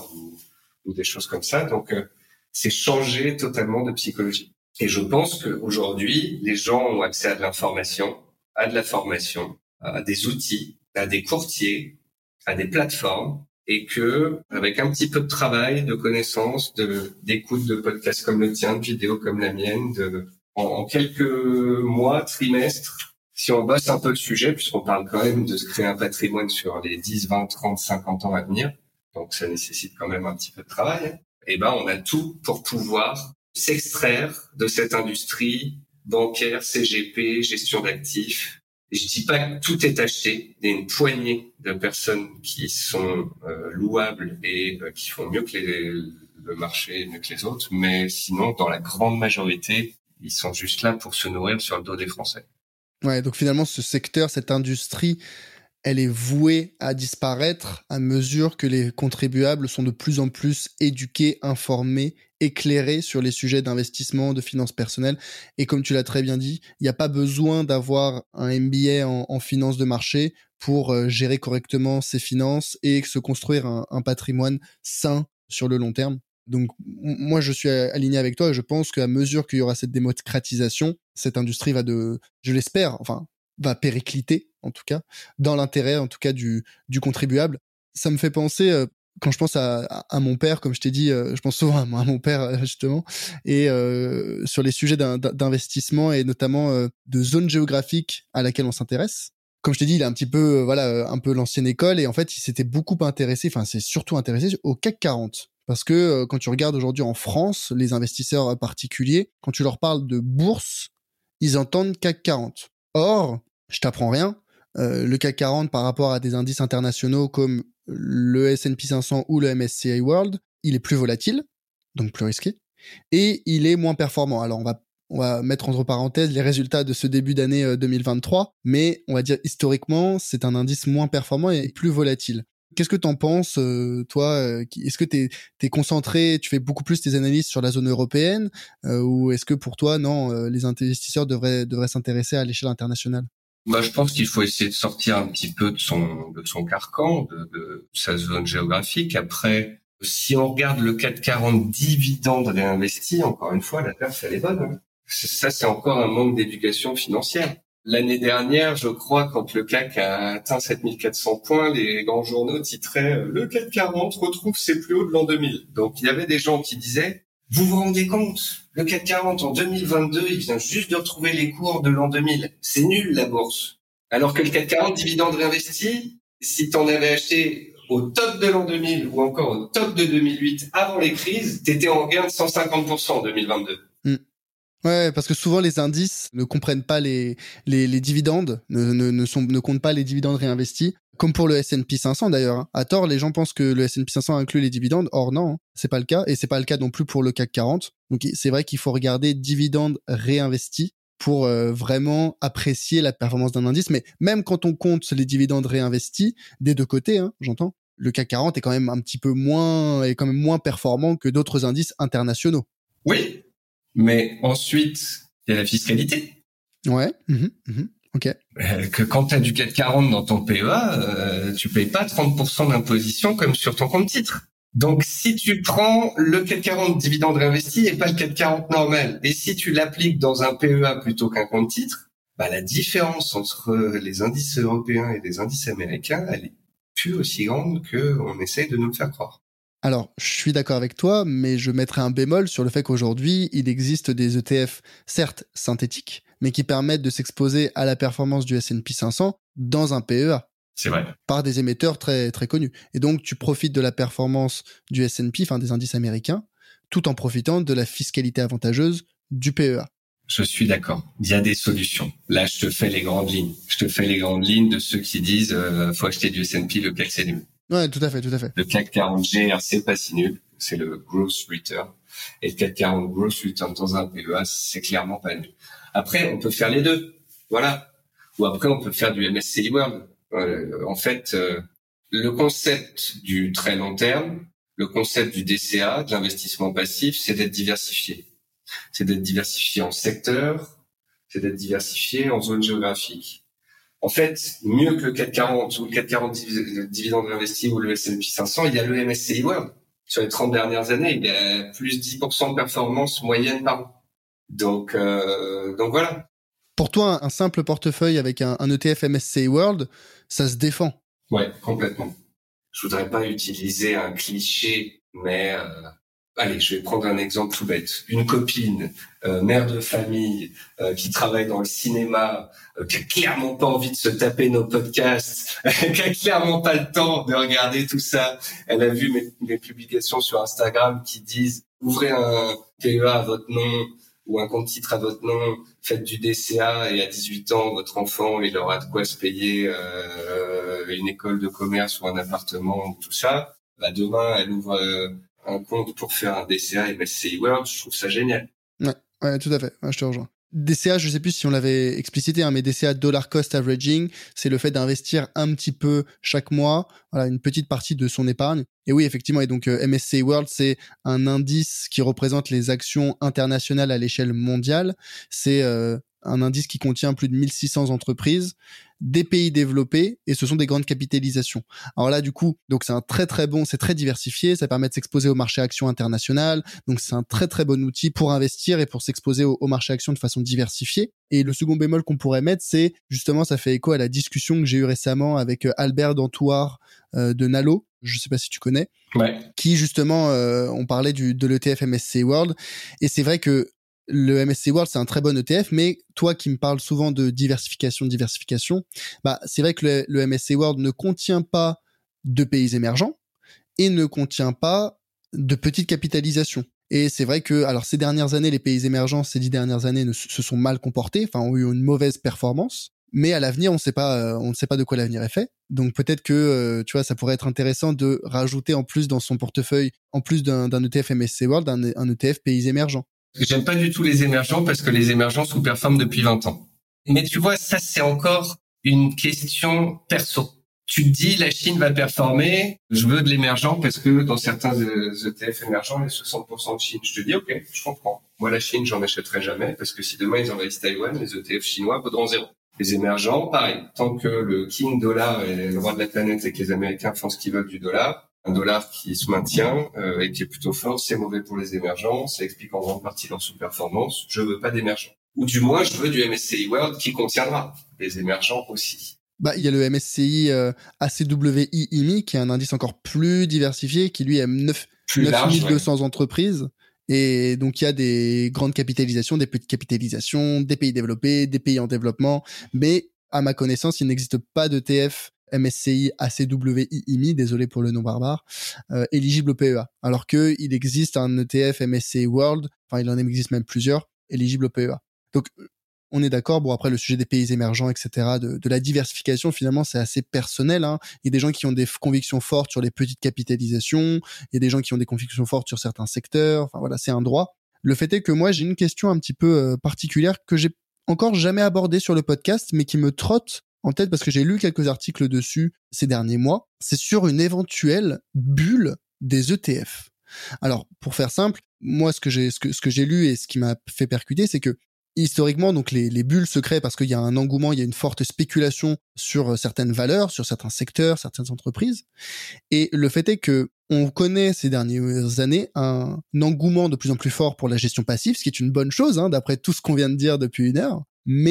ou des choses comme ça. Donc, c'est changer totalement de psychologie. Et je pense qu'aujourd'hui, les gens ont accès à de l'information, à de la formation, à des outils, à des courtiers, à des plateformes, et que, avec un petit peu de travail, de connaissances, d'écoute de podcasts comme le tien, de vidéos comme la mienne, en quelques mois, trimestres, si on bosse un peu le sujet, puisqu'on parle quand même de se créer un patrimoine sur les 10, 20, 30, 50 ans à venir, donc ça nécessite quand même un petit peu de travail, on a tout pour pouvoir s'extraire de cette industrie bancaire, CGP, gestion d'actifs. Et je dis pas que tout est acheté. Il y a une poignée de personnes qui sont louables et qui font mieux que le marché, mieux que les autres, mais sinon, dans la grande majorité, ils sont juste là pour se nourrir sur le dos des Français. Ouais, donc finalement, ce secteur, cette industrie, elle est vouée à disparaître à mesure que les contribuables sont de plus en plus éduqués, informés, éclairés sur les sujets d'investissement, de finances personnelles. Et comme tu l'as très bien dit, il n'y a pas besoin d'avoir un MBA en finance de marché pour gérer correctement ses finances et se construire un patrimoine sain sur le long terme. Donc, moi, je suis aligné avec toi et je pense qu'à mesure qu'il y aura cette démocratisation, cette industrie je l'espère, va péricliter, en tout cas, dans l'intérêt, en tout cas, du contribuable. Ça me fait penser, quand je pense à mon père, comme je t'ai dit, je pense souvent à mon père, justement, et sur les sujets d'investissement et notamment de zone géographique à laquelle on s'intéresse. Comme je t'ai dit, il est un petit peu, un peu l'ancienne école, et en fait, il s'était beaucoup intéressé, c'est surtout intéressé au CAC 40. Parce que quand tu regardes aujourd'hui en France, les investisseurs particuliers, quand tu leur parles de bourse, ils entendent CAC 40. Or, je t'apprends rien, le CAC 40 par rapport à des indices internationaux comme le S&P 500 ou le MSCI World, il est plus volatile, donc plus risqué, et il est moins performant. Alors on va mettre entre parenthèses les résultats de ce début d'année 2023, mais on va dire historiquement, c'est un indice moins performant et plus volatile. Qu'est-ce que t'en penses, toi? Est-ce que t'es concentré, tu fais beaucoup plus tes analyses sur la zone européenne, ou est-ce que pour toi, non, les investisseurs devraient s'intéresser à l'échelle internationale? Je pense qu'il faut essayer de sortir un petit peu de son carcan, de sa zone géographique. Après, si on regarde le CAC 40 dividendes réinvestis, encore une fois, la perf, elle est bonne. Hein. Ça, c'est encore un manque d'éducation financière. L'année dernière, je crois, quand le CAC a atteint 7400 points, les grands journaux titraient « Le CAC 40 retrouve ses plus hauts de l'an 2000 ». Donc, il y avait des gens qui disaient « Vous vous rendez compte, le CAC 40 en 2022, il vient juste de retrouver les cours de l'an 2000. C'est nul, la bourse. » Alors que le CAC 40 dividende réinvesti, si t'en avais acheté au top de l'an 2000 ou encore au top de 2008 avant les crises, t'étais en gain de 150% en 2022. Ouais, parce que souvent les indices ne comprennent pas les dividendes, ne comptent pas les dividendes réinvestis, comme pour le S&P 500 d'ailleurs. Hein. À tort, les gens pensent que le S&P 500 inclut les dividendes. Or non, c'est pas le cas, et c'est pas le cas non plus pour le CAC 40. Donc c'est vrai qu'il faut regarder dividendes réinvestis pour vraiment apprécier la performance d'un indice. Mais même quand on compte les dividendes réinvestis, des deux côtés, hein, j'entends, le CAC 40 est quand même un petit peu moins performant que d'autres indices internationaux. Oui. Mais ensuite, il y a la fiscalité. Ouais. Ok. Que quand tu as du CAC 40 dans ton PEA, tu payes pas 30% d'imposition comme sur ton compte titre. Donc, si tu prends le CAC 40 dividende réinvesti et pas le CAC 40 normal, et si tu l'appliques dans un PEA plutôt qu'un compte titre, la différence entre les indices européens et les indices américains, elle est plus aussi grande qu'on essaye de nous le faire croire. Alors, je suis d'accord avec toi, mais je mettrai un bémol sur le fait qu'aujourd'hui, il existe des ETF, certes synthétiques, mais qui permettent de s'exposer à la performance du S&P 500 dans un PEA. C'est vrai. Par des émetteurs très, très connus. Et donc, tu profites de la performance du S&P, enfin des indices américains, tout en profitant de la fiscalité avantageuse du PEA. Je suis d'accord. Il y a des solutions. Là, je te fais les grandes lignes. Je te fais les grandes lignes de ceux qui disent faut acheter du S&P, le CAC c'est nul. Ouais, tout à fait. Le CAC 40 GRC, pas si nul. C'est le Gross Return. Et le CAC 40 Gross Return dans un PEA, c'est clairement pas nul. Après, on peut faire les deux. Voilà. Ou après, on peut faire du MSCI World. En fait, le concept du très long terme, le concept du DCA, de l'investissement passif, c'est d'être diversifié. C'est d'être diversifié en secteur, c'est d'être diversifié en zone géographique. En fait, mieux que le CAC 40 ou le CAC 40 dividendes investis ou le S&P 500, il y a le MSCI World. Sur les 30 dernières années, il y a plus 10% de performance moyenne par an. Donc voilà. Pour toi, un simple portefeuille avec un ETF MSCI World, ça se défend. Ouais, complètement. Je voudrais pas utiliser un cliché, mais allez, je vais prendre un exemple tout bête. Une copine, mère de famille, qui travaille dans le cinéma, qui a clairement pas envie de se taper nos podcasts, qui a clairement pas le temps de regarder tout ça. Elle a vu mes publications sur Instagram qui disent ouvrez un PEA à votre nom ou un compte titre à votre nom, faites du DCA et à 18 ans, votre enfant, il aura de quoi se payer une école de commerce ou un appartement ou tout ça. Demain, elle ouvre un compte pour faire un DCA MSCI World, je trouve ça génial. Ouais, tout à fait. Ouais, je te rejoins. DCA, je sais plus si on l'avait explicité, mais DCA Dollar Cost Averaging, c'est le fait d'investir un petit peu chaque mois, voilà, une petite partie de son épargne. Et oui, effectivement, et donc MSCI World, c'est un indice qui représente les actions internationales à l'échelle mondiale. C'est un indice qui contient plus de 1600 entreprises, des pays développés, et ce sont des grandes capitalisations. Alors là, du coup, donc c'est un très très bon, c'est très diversifié, ça permet de s'exposer au marché actions international, donc c'est un très très bon outil pour investir et pour s'exposer au marché actions de façon diversifiée. Et le second bémol qu'on pourrait mettre, c'est justement, ça fait écho à la discussion que j'ai eue récemment avec Albert Dantoir de Nalo, je sais pas si tu connais, ouais. Qui justement, on parlait de l'ETF MSCI World, et c'est vrai que le MSCI World, c'est un très bon ETF, mais toi qui me parles souvent de diversification, c'est vrai que le MSCI World ne contient pas de pays émergents et ne contient pas de petites capitalisations. Et c'est vrai que, alors ces dernières années, les pays émergents, ces 10 dernières années, se sont mal comportés, ont eu une mauvaise performance. Mais à l'avenir, on ne sait pas de quoi l'avenir est fait. Donc peut-être que, tu vois, ça pourrait être intéressant de rajouter en plus dans son portefeuille, en plus d'un ETF MSCI World, un ETF pays émergents. J'aime pas du tout les émergents parce que les émergents sous-performent depuis 20 ans. Mais tu vois, ça, c'est encore une question perso. Tu te dis, la Chine va performer, je veux de l'émergent parce que dans certains ETF émergents, il y a 60% de Chine. Je te dis, ok, je comprends. Moi, la Chine, j'en achèterai jamais parce que si demain ils envahissent Taïwan, les ETF chinois vaudront zéro. Les émergents, pareil. Tant que le king dollar est le roi de la planète et que les Américains font ce qu'ils veulent du dollar, un dollar qui se maintient et qui est plutôt fort, c'est mauvais pour les émergents. Ça explique en grande partie leur sous-performance. Je veux pas d'émergents. Ou du moins, je veux du MSCI World qui contiendra les émergents aussi. Il y a le MSCI ACWI IMI qui est un indice encore plus diversifié qui lui aime 9200 entreprises. Et donc, il y a des grandes capitalisations, des petites capitalisations, des pays développés, des pays en développement. Mais à ma connaissance, il n'existe pas d'ETF MSCI ACWI IMI, désolé pour le nom barbare, éligible au PEA. Alors que il existe un ETF MSCI World, il en existe même plusieurs, éligibles au PEA. Donc, on est d'accord. Bon, après, le sujet des pays émergents, etc., de la diversification, finalement, c'est assez personnel, hein. Il y a des gens qui ont des convictions fortes sur les petites capitalisations. Il y a des gens qui ont des convictions fortes sur certains secteurs. Voilà, c'est un droit. Le fait est que moi, j'ai une question un petit peu particulière que j'ai encore jamais abordée sur le podcast, mais qui me trotte en tête parce que j'ai lu quelques articles dessus ces derniers mois. C'est sur une éventuelle bulle des ETF. Alors, pour faire simple, moi, ce que j'ai lu et ce qui m'a fait percuter, c'est que historiquement, donc les bulles se créent parce qu'il y a un engouement, il y a une forte spéculation sur certaines valeurs, sur certains secteurs, certaines entreprises. Et le fait est que on connaît ces dernières années un engouement de plus en plus fort pour la gestion passive, ce qui est une bonne chose, hein, d'après tout ce qu'on vient de dire depuis une heure. Mais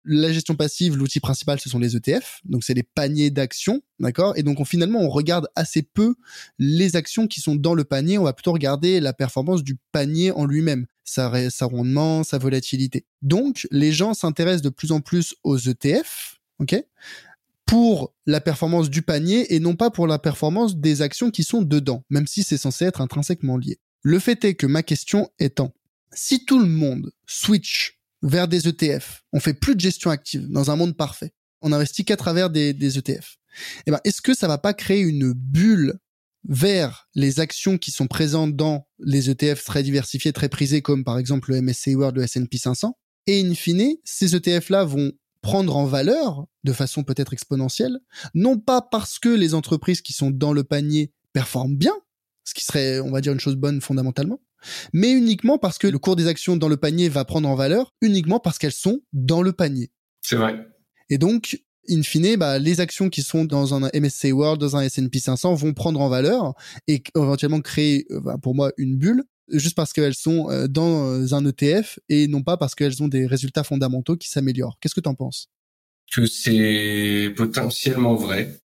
La gestion passive, l'outil principal, ce sont les ETF. Donc, c'est les paniers d'actions, d'accord? Et donc, finalement, on regarde assez peu les actions qui sont dans le panier. On va plutôt regarder la performance du panier en lui-même, sa rendement, sa volatilité. Donc, les gens s'intéressent de plus en plus aux ETF, ok? Pour la performance du panier et non pas pour la performance des actions qui sont dedans, même si c'est censé être intrinsèquement lié. Le fait est que ma question étant, si tout le monde switch vers des ETF, on fait plus de gestion active dans un monde parfait, on investit qu'à travers des ETF, eh ben, est-ce que ça va pas créer une bulle vers les actions qui sont présentes dans les ETF très diversifiés, très prisés, comme par exemple le MSCI World, le S&P 500, et in fine, ces ETF-là vont prendre en valeur de façon peut-être exponentielle, non pas parce que les entreprises qui sont dans le panier performent bien, ce qui serait, on va dire, une chose bonne fondamentalement, mais uniquement parce que le cours des actions dans le panier va prendre en valeur, uniquement parce qu'elles sont dans le panier. C'est vrai. Et donc, in fine, les actions qui sont dans un MSCI World, dans un S&P 500 vont prendre en valeur et éventuellement créer, pour moi, une bulle, juste parce qu'elles sont dans un ETF et non pas parce qu'elles ont des résultats fondamentaux qui s'améliorent. Qu'est-ce que tu en penses? Que c'est potentiellement vrai,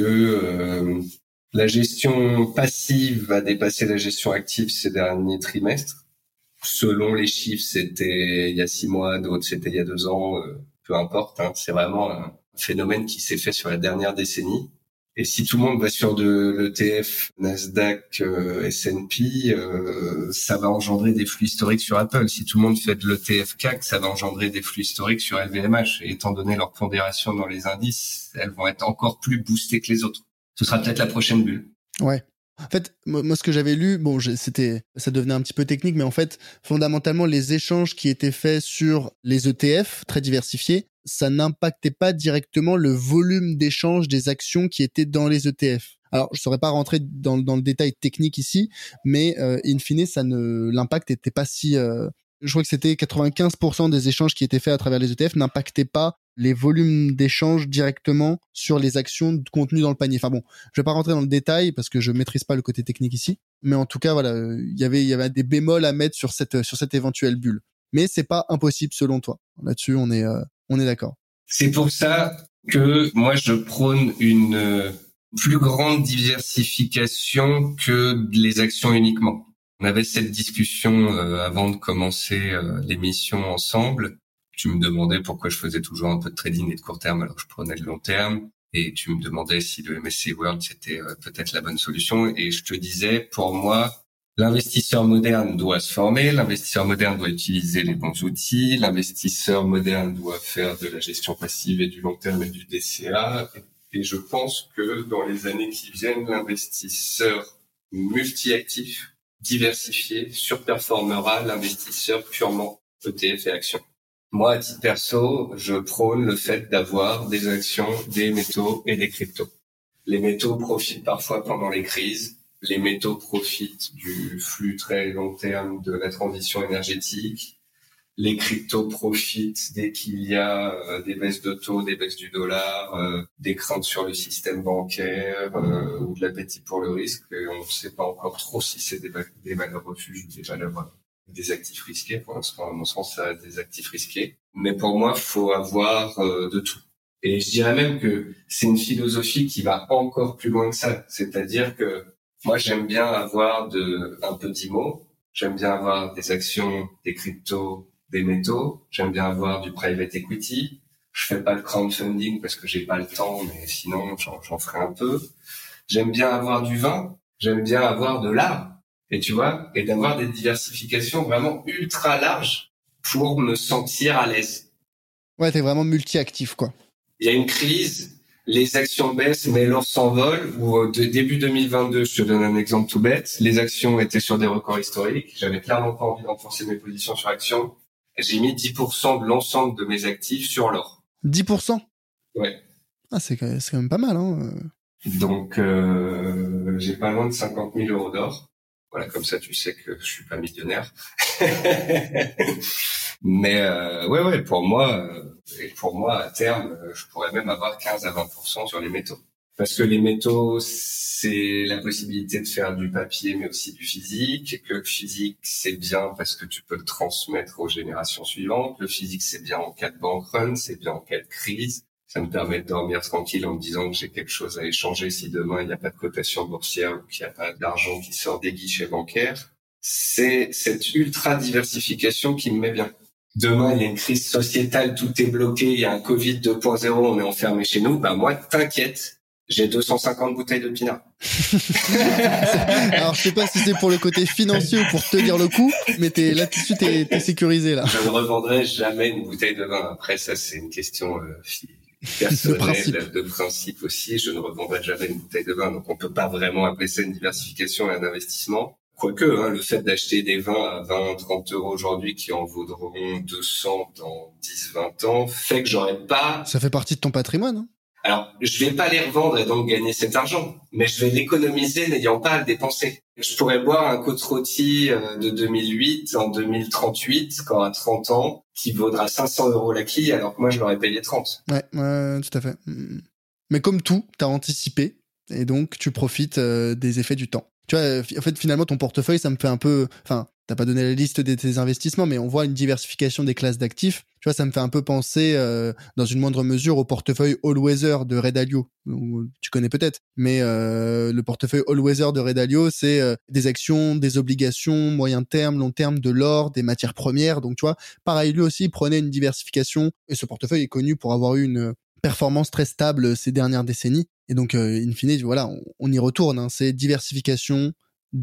que la gestion passive va dépasser la gestion active ces derniers trimestres. Selon les chiffres, c'était il y a 6 mois, d'autres c'était il y a 2 ans, peu importe. Hein, c'est vraiment un phénomène qui s'est fait sur la dernière décennie. Et si tout le monde va sur de l'ETF, Nasdaq, S&P, ça va engendrer des flux historiques sur Apple. Si tout le monde fait de l'ETF CAC, ça va engendrer des flux historiques sur LVMH. Et étant donné leur pondération dans les indices, elles vont être encore plus boostées que les autres. Ce sera peut-être la prochaine bulle. Ouais. En fait, moi, ce que j'avais lu, ça devenait un petit peu technique, mais en fait, fondamentalement, les échanges qui étaient faits sur les ETF très diversifiés, ça n'impactait pas directement le volume d'échange des actions qui étaient dans les ETF. Alors, je ne saurais pas rentrer dans le détail technique ici, mais in fine, l'impact n'était pas si... je crois que c'était 95% des échanges qui étaient faits à travers les ETF n'impactaient pas les volumes d'échanges directement sur les actions contenues dans le panier. Enfin bon, je vais pas rentrer dans le détail parce que je maîtrise pas le côté technique ici, mais en tout cas voilà, il y avait des bémols à mettre sur cette éventuelle bulle. Mais c'est pas impossible selon toi. Là-dessus, on est d'accord. C'est pour ça que moi je prône une plus grande diversification que les actions uniquement. On avait cette discussion avant de commencer l'émission ensemble. Tu me demandais pourquoi je faisais toujours un peu de trading et de court terme alors que je prenais le long terme. Et tu me demandais si le MSCI World, c'était peut-être la bonne solution. Et je te disais, pour moi, l'investisseur moderne doit se former, l'investisseur moderne doit utiliser les bons outils, l'investisseur moderne doit faire de la gestion passive et du long terme et du DCA. Et je pense que dans les années qui viennent, l'investisseur multi-actif, diversifié, surperformera l'investisseur purement ETF et actions. Moi, à titre perso, je prône le fait d'avoir des actions, des métaux et des cryptos. Les métaux profitent parfois pendant les crises. Les métaux profitent du flux très long terme de la transition énergétique. Les cryptos profitent dès qu'il y a des baisses de taux, des baisses du dollar, des craintes sur le système bancaire ou de l'appétit pour le risque. Et on ne sait pas encore trop si c'est des valeurs refuges ou des valeurs des actifs risqués. Pour l'instant, à mon sens, ça a des actifs risqués. Mais pour moi, faut avoir de tout. Et je dirais même que c'est une philosophie qui va encore plus loin que ça. C'est-à-dire que moi, j'aime bien avoir un peu d'IMO. J'aime bien avoir des actions, des cryptos, des métaux. J'aime bien avoir du private equity. Je fais pas de crowdfunding parce que j'ai pas le temps, mais sinon, j'en ferai un peu. J'aime bien avoir du vin. J'aime bien avoir de l'art. Et tu vois, et d'avoir des diversifications vraiment ultra larges pour me sentir à l'aise. Ouais, t'es vraiment multi-actif, quoi. Il y a une crise, les actions baissent, mais l'or s'envole, ou début 2022, je te donne un exemple tout bête, les actions étaient sur des records historiques, j'avais clairement pas envie de renforcer mes positions sur actions, j'ai mis 10% de l'ensemble de mes actifs sur l'or. 10%? Ouais. Ah, c'est quand même pas mal, hein. Donc, j'ai pas loin de 50 000 euros d'or. Voilà, comme ça, tu sais que je suis pas millionnaire. Mais pour moi, à terme, je pourrais même avoir 15 à 20% sur les métaux. parce que les métaux, c'est la possibilité de faire du papier, mais aussi du physique, et que le physique, c'est bien parce que tu peux le transmettre aux générations suivantes. Le physique, c'est bien en cas de bank run, c'est bien en cas de crise. Ça me permet de dormir tranquille en me disant que j'ai quelque chose à échanger si demain il n'y a pas de cotation boursière ou qu'il n'y a pas d'argent qui sort des guichets bancaires. C'est cette ultra diversification qui me met bien. Demain, il y a une crise sociétale, tout est bloqué, il y a un Covid 2.0, on est enfermé chez nous. Bah moi, t'inquiète, j'ai 250 bouteilles de pinard. Alors, je sais pas si c'est pour le côté financier ou pour tenir le coup, mais là-dessus, t'es sécurisé, là. Je ne revendrai jamais une bouteille de vin. Après, ça, c'est une question personnelle, de principe aussi. Je ne revendrai jamais une bouteille de vin. Donc, on peut pas vraiment appeler ça une diversification et un investissement. Quoique, le fait d'acheter des vins à 20, 30 euros aujourd'hui qui en vaudront 200 dans 10, 20 ans fait que j'aurais pas... Ça fait partie de ton patrimoine, hein. Alors, je vais pas les revendre et donc gagner cet argent, mais je vais l'économiser n'ayant pas à le dépenser. Je pourrais boire un côte rôti de 2008 en 2038, quand à 30 ans, qui vaudra 500 euros la quille, alors que moi, je l'aurais payé 30. Ouais, tout à fait. Mais comme tout, t'as anticipé, et donc tu profites des effets du temps. Tu vois, en fait, finalement, ton portefeuille, ça me fait un peu... Enfin, t'as pas donné la liste de tes investissements, mais on voit une diversification des classes d'actifs. Tu vois, ça me fait un peu penser, dans une moindre mesure, au portefeuille All-Weather de Red Dalio. Tu connais peut-être. Mais le portefeuille All-Weather de Red Dalio, c'est des actions, des obligations, moyen terme, long terme, de l'or, des matières premières. Donc, tu vois, pareil, lui aussi, il prenait une diversification. Et ce portefeuille est connu pour avoir eu une performance très stable ces dernières décennies. Et donc, in fine, voilà, on y retourne, hein. C'est diversification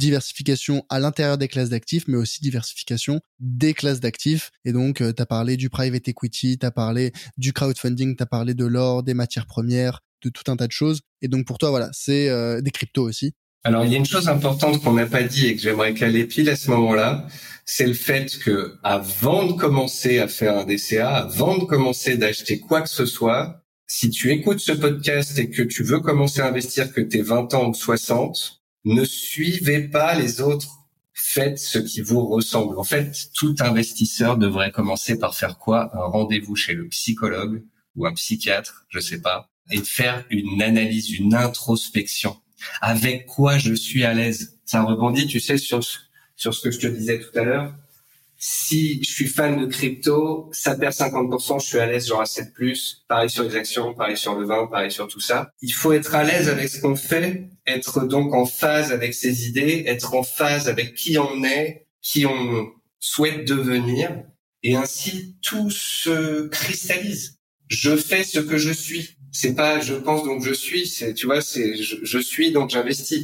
à l'intérieur des classes d'actifs, mais aussi diversification des classes d'actifs. Et donc, t'as parlé du private equity, t'as parlé du crowdfunding, t'as parlé de l'or, des matières premières, de tout un tas de choses. Et donc, pour toi, voilà, c'est des cryptos aussi. Alors, il y a une chose importante qu'on n'a pas dit et que j'aimerais caler pile à ce moment-là, c'est le fait que avant de commencer à faire un DCA, avant de commencer d'acheter quoi que ce soit, si tu écoutes ce podcast et que tu veux commencer à investir, que t'aies 20 ans ou 60, ne suivez pas les autres. Faites ce qui vous ressemble. En fait, tout investisseur devrait commencer par faire quoi? Un rendez-vous chez le psychologue ou un psychiatre, je sais pas, et faire une analyse, une introspection. Avec quoi je suis à l'aise? Ça rebondit, tu sais, sur ce que je te disais tout à l'heure. Si je suis fan de crypto, ça perd 50%, je suis à l'aise, j'en achète plus. Pareil sur les actions, pareil sur le vin, pareil sur tout ça. Il faut être à l'aise avec ce qu'on fait, être donc en phase avec ses idées, être en phase avec qui on est, qui on souhaite devenir. Et ainsi, tout se cristallise. Je fais ce que je suis. C'est pas je pense donc je suis, c'est, tu vois, c'est je suis donc j'investis.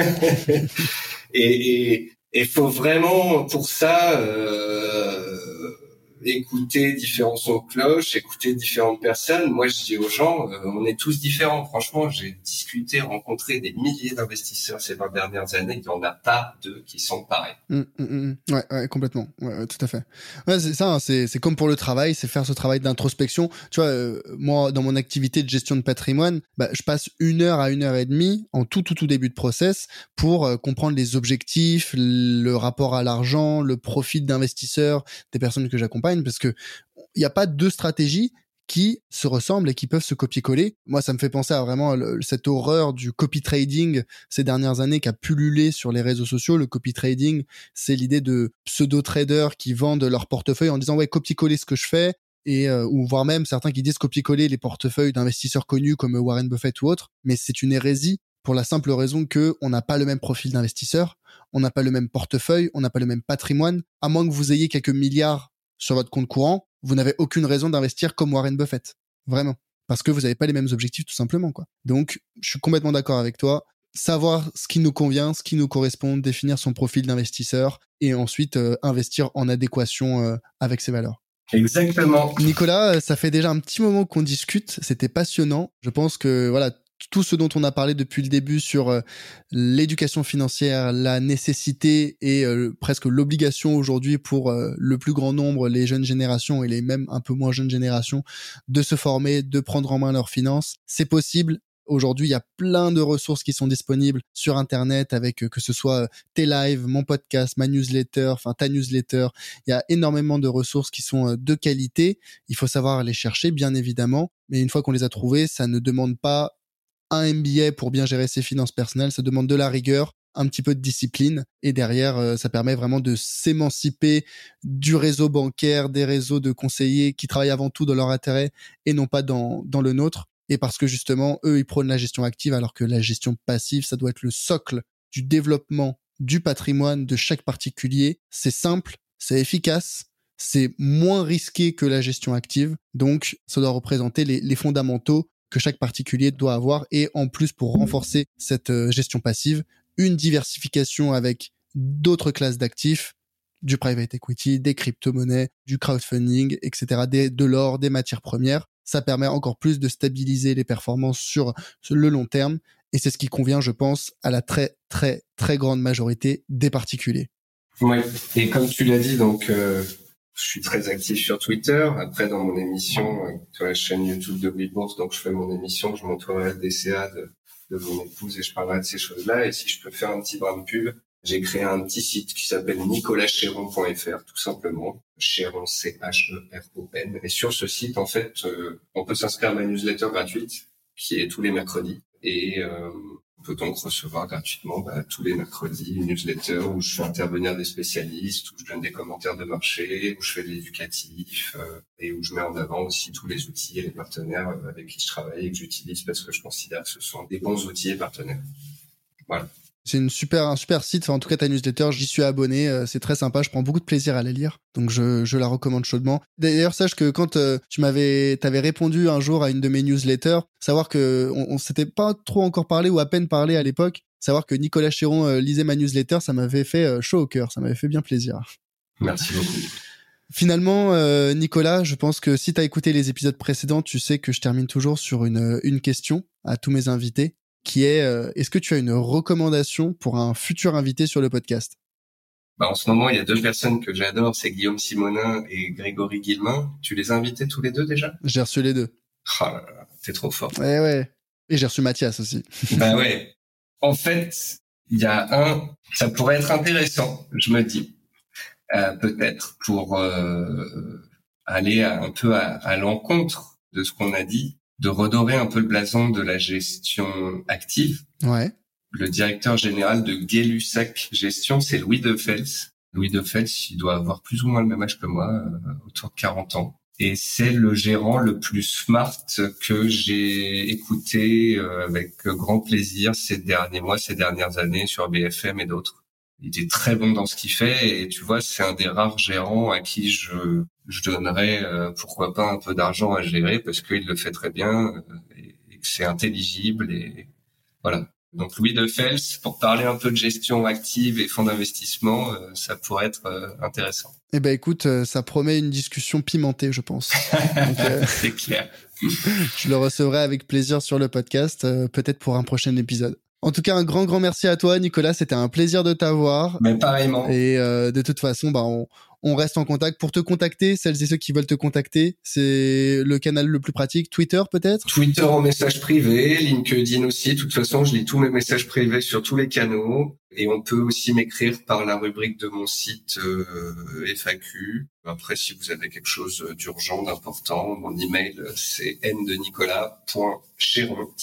Et faut vraiment pour ça écouter différents sons de cloche, écouter différentes personnes. Moi, je dis aux gens, on est tous différents. Franchement, j'ai discuté, rencontré des milliers d'investisseurs ces 20 dernières années. Il n'y en a pas deux qui sont pareils. Ouais, complètement. Ouais, tout à fait. Ouais, c'est ça, hein, c'est comme pour le travail, c'est faire ce travail d'introspection. Tu vois, moi, dans mon activité de gestion de patrimoine, je passe 1 heure à 1 heure et demie en tout début de process pour comprendre les objectifs, le rapport à l'argent, le profil d'investisseur des personnes que j'accompagne, parce que il n'y a pas deux stratégies qui se ressemblent et qui peuvent se copier-coller. Moi, ça me fait penser à vraiment cette horreur du copy trading ces dernières années qui a pullulé sur les réseaux sociaux. Le copy trading, c'est l'idée de pseudo-traders qui vendent leur portefeuille en disant « ouais, copier-coller ce que je fais », et ou voire même certains qui disent copier-coller les portefeuilles d'investisseurs connus comme Warren Buffett ou autres. Mais c'est une hérésie pour la simple raison que on n'a pas le même profil d'investisseur, on n'a pas le même portefeuille, on n'a pas le même patrimoine. À moins que vous ayez quelques milliards sur votre compte courant, vous n'avez aucune raison d'investir comme Warren Buffett. Vraiment. Parce que vous n'avez pas les mêmes objectifs, tout simplement, quoi. Donc, je suis complètement d'accord avec toi. Savoir ce qui nous convient, ce qui nous correspond, définir son profil d'investisseur et ensuite investir en adéquation avec ses valeurs. Exactement. Nicolas, ça fait déjà un petit moment qu'on discute. C'était passionnant. Je pense que, voilà, tout ce dont on a parlé depuis le début sur l'éducation financière, la nécessité et presque l'obligation aujourd'hui pour le plus grand nombre, les jeunes générations et les même un peu moins jeunes générations, de se former, de prendre en main leurs finances. C'est possible. Aujourd'hui, il y a plein de ressources qui sont disponibles sur Internet avec que ce soit tes lives, mon podcast, ma newsletter, enfin ta newsletter. Il y a énormément de ressources qui sont de qualité. Il faut savoir les chercher, bien évidemment. Mais une fois qu'on les a trouvées, ça ne demande pas un MBA pour bien gérer ses finances personnelles, ça demande de la rigueur, un petit peu de discipline, et derrière, ça permet vraiment de s'émanciper du réseau bancaire, des réseaux de conseillers qui travaillent avant tout dans leur intérêt et non pas dans le nôtre. Et parce que justement, eux, ils prônent la gestion active, alors que la gestion passive, ça doit être le socle du développement du patrimoine de chaque particulier. C'est simple, c'est efficace, c'est moins risqué que la gestion active. Donc, ça doit représenter les fondamentaux que chaque particulier doit avoir. Et en plus, pour renforcer cette gestion passive, une diversification avec d'autres classes d'actifs, du private equity, des crypto-monnaies, du crowdfunding, etc., de l'or, des matières premières. Ça permet encore plus de stabiliser les performances sur le long terme. Et c'est ce qui convient, je pense, à la très, très, très grande majorité des particuliers. Oui, et comme tu l'as dit, donc je suis très actif sur Twitter. Après, dans mon émission, sur la chaîne YouTube de WeBourse, donc je fais mon émission, je montrerai le DCA de mon épouse et je parlerai de ces choses-là. Et si je peux faire un petit brin de pub, j'ai créé un petit site qui s'appelle nicolascheron.fr, tout simplement. Cheron, C-H-E-R-O-N. Et sur ce site, en fait, on peut s'inscrire à ma newsletter gratuite, qui est tous les mercredis. Et on peut donc recevoir gratuitement tous les mercredis une newsletter où je fais intervenir des spécialistes, où je donne des commentaires de marché, où je fais de l'éducatif et où je mets en avant aussi tous les outils et les partenaires avec qui je travaille et que j'utilise parce que je considère que ce sont des bons outils et partenaires. Voilà. C'est un super site. Enfin, en tout cas, ta newsletter, j'y suis abonné. C'est très sympa. Je prends beaucoup de plaisir à la lire. Donc, je la recommande chaudement. D'ailleurs, sache que quand t'avais répondu un jour à une de mes newsletters, savoir que on s'était pas trop encore parlé ou à peine parlé à l'époque, savoir que Nicolas Chéron lisait ma newsletter, ça m'avait fait chaud au cœur. Ça m'avait fait bien plaisir. Merci beaucoup. Finalement, Nicolas, je pense que si t'as écouté les épisodes précédents, tu sais que je termine toujours sur une question à tous mes invités, qui est est-ce que tu as une recommandation pour un futur invité sur le podcast? En ce moment, il y a deux personnes que j'adore, c'est Guillaume Simonin et Grégory Guillemin. Tu les as invités tous les deux déjà? J'ai reçu les deux. Oh là là, t'es trop fort. Ouais. Et j'ai reçu Mathias aussi. Ouais. En fait, il y a ça pourrait être intéressant, je me dis, peut-être pour aller un peu à l'encontre de ce qu'on a dit, de redorer un peu le blason de la gestion active. Ouais. Le directeur général de Gay-Lussac Gestion, c'est Louis Defels. Louis Defels, il doit avoir plus ou moins le même âge que moi, autour de 40 ans. Et c'est le gérant le plus smart que j'ai écouté avec grand plaisir ces derniers mois, ces dernières années sur BFM et d'autres. Il est très bon dans ce qu'il fait et tu vois, c'est un des rares gérants à qui je donnerais pourquoi pas un peu d'argent à gérer parce qu'il le fait très bien et que c'est intelligible et voilà. Donc Louis Defels, pour parler un peu de gestion active et fonds d'investissement, ça pourrait être intéressant. Eh ben écoute, ça promet une discussion pimentée, je pense. Donc, c'est clair. Je le recevrai avec plaisir sur le podcast, peut-être pour un prochain épisode. En tout cas, un grand merci à toi, Nicolas. C'était un plaisir de t'avoir. Mais pareillement. Et de toute façon, on reste en contact. Pour te contacter, celles et ceux qui veulent te contacter, c'est le canal le plus pratique. Twitter, peut-être? Twitter en message privé, LinkedIn aussi. De toute façon, je lis tous mes messages privés sur tous les canaux. Et on peut aussi m'écrire par la rubrique de mon site FAQ. Après, si vous avez quelque chose d'urgent, d'important, mon email, c'est ndenicolas.cheron,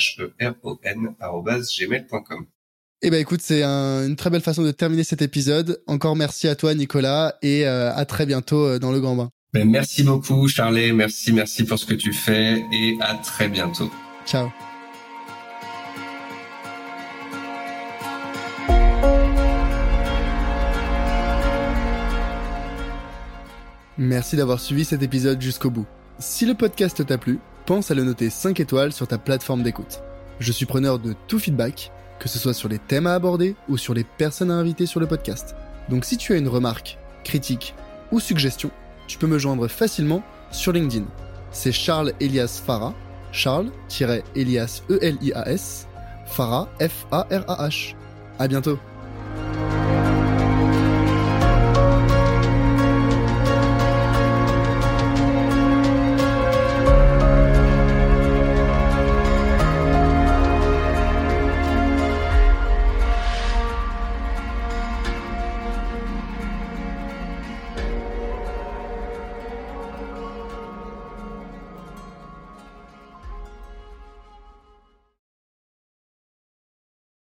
cheron@gmail.com. Eh ben écoute, c'est une très belle façon de terminer cet épisode. Encore merci à toi, Nicolas, et à très bientôt dans le Grand Bain. Merci beaucoup, Charlet. Merci pour ce que tu fais et à très bientôt. Ciao. Merci d'avoir suivi cet épisode jusqu'au bout. Si le podcast t'a plu, pense à le noter 5 étoiles sur ta plateforme d'écoute. Je suis preneur de tout feedback, que ce soit sur les thèmes à aborder ou sur les personnes à inviter sur le podcast. Donc si tu as une remarque, critique ou suggestion, tu peux me joindre facilement sur LinkedIn. C'est Charles Elias Farah, Charles-Elias E-L-I-A-S, Farah F-A-R-A-H. À bientôt.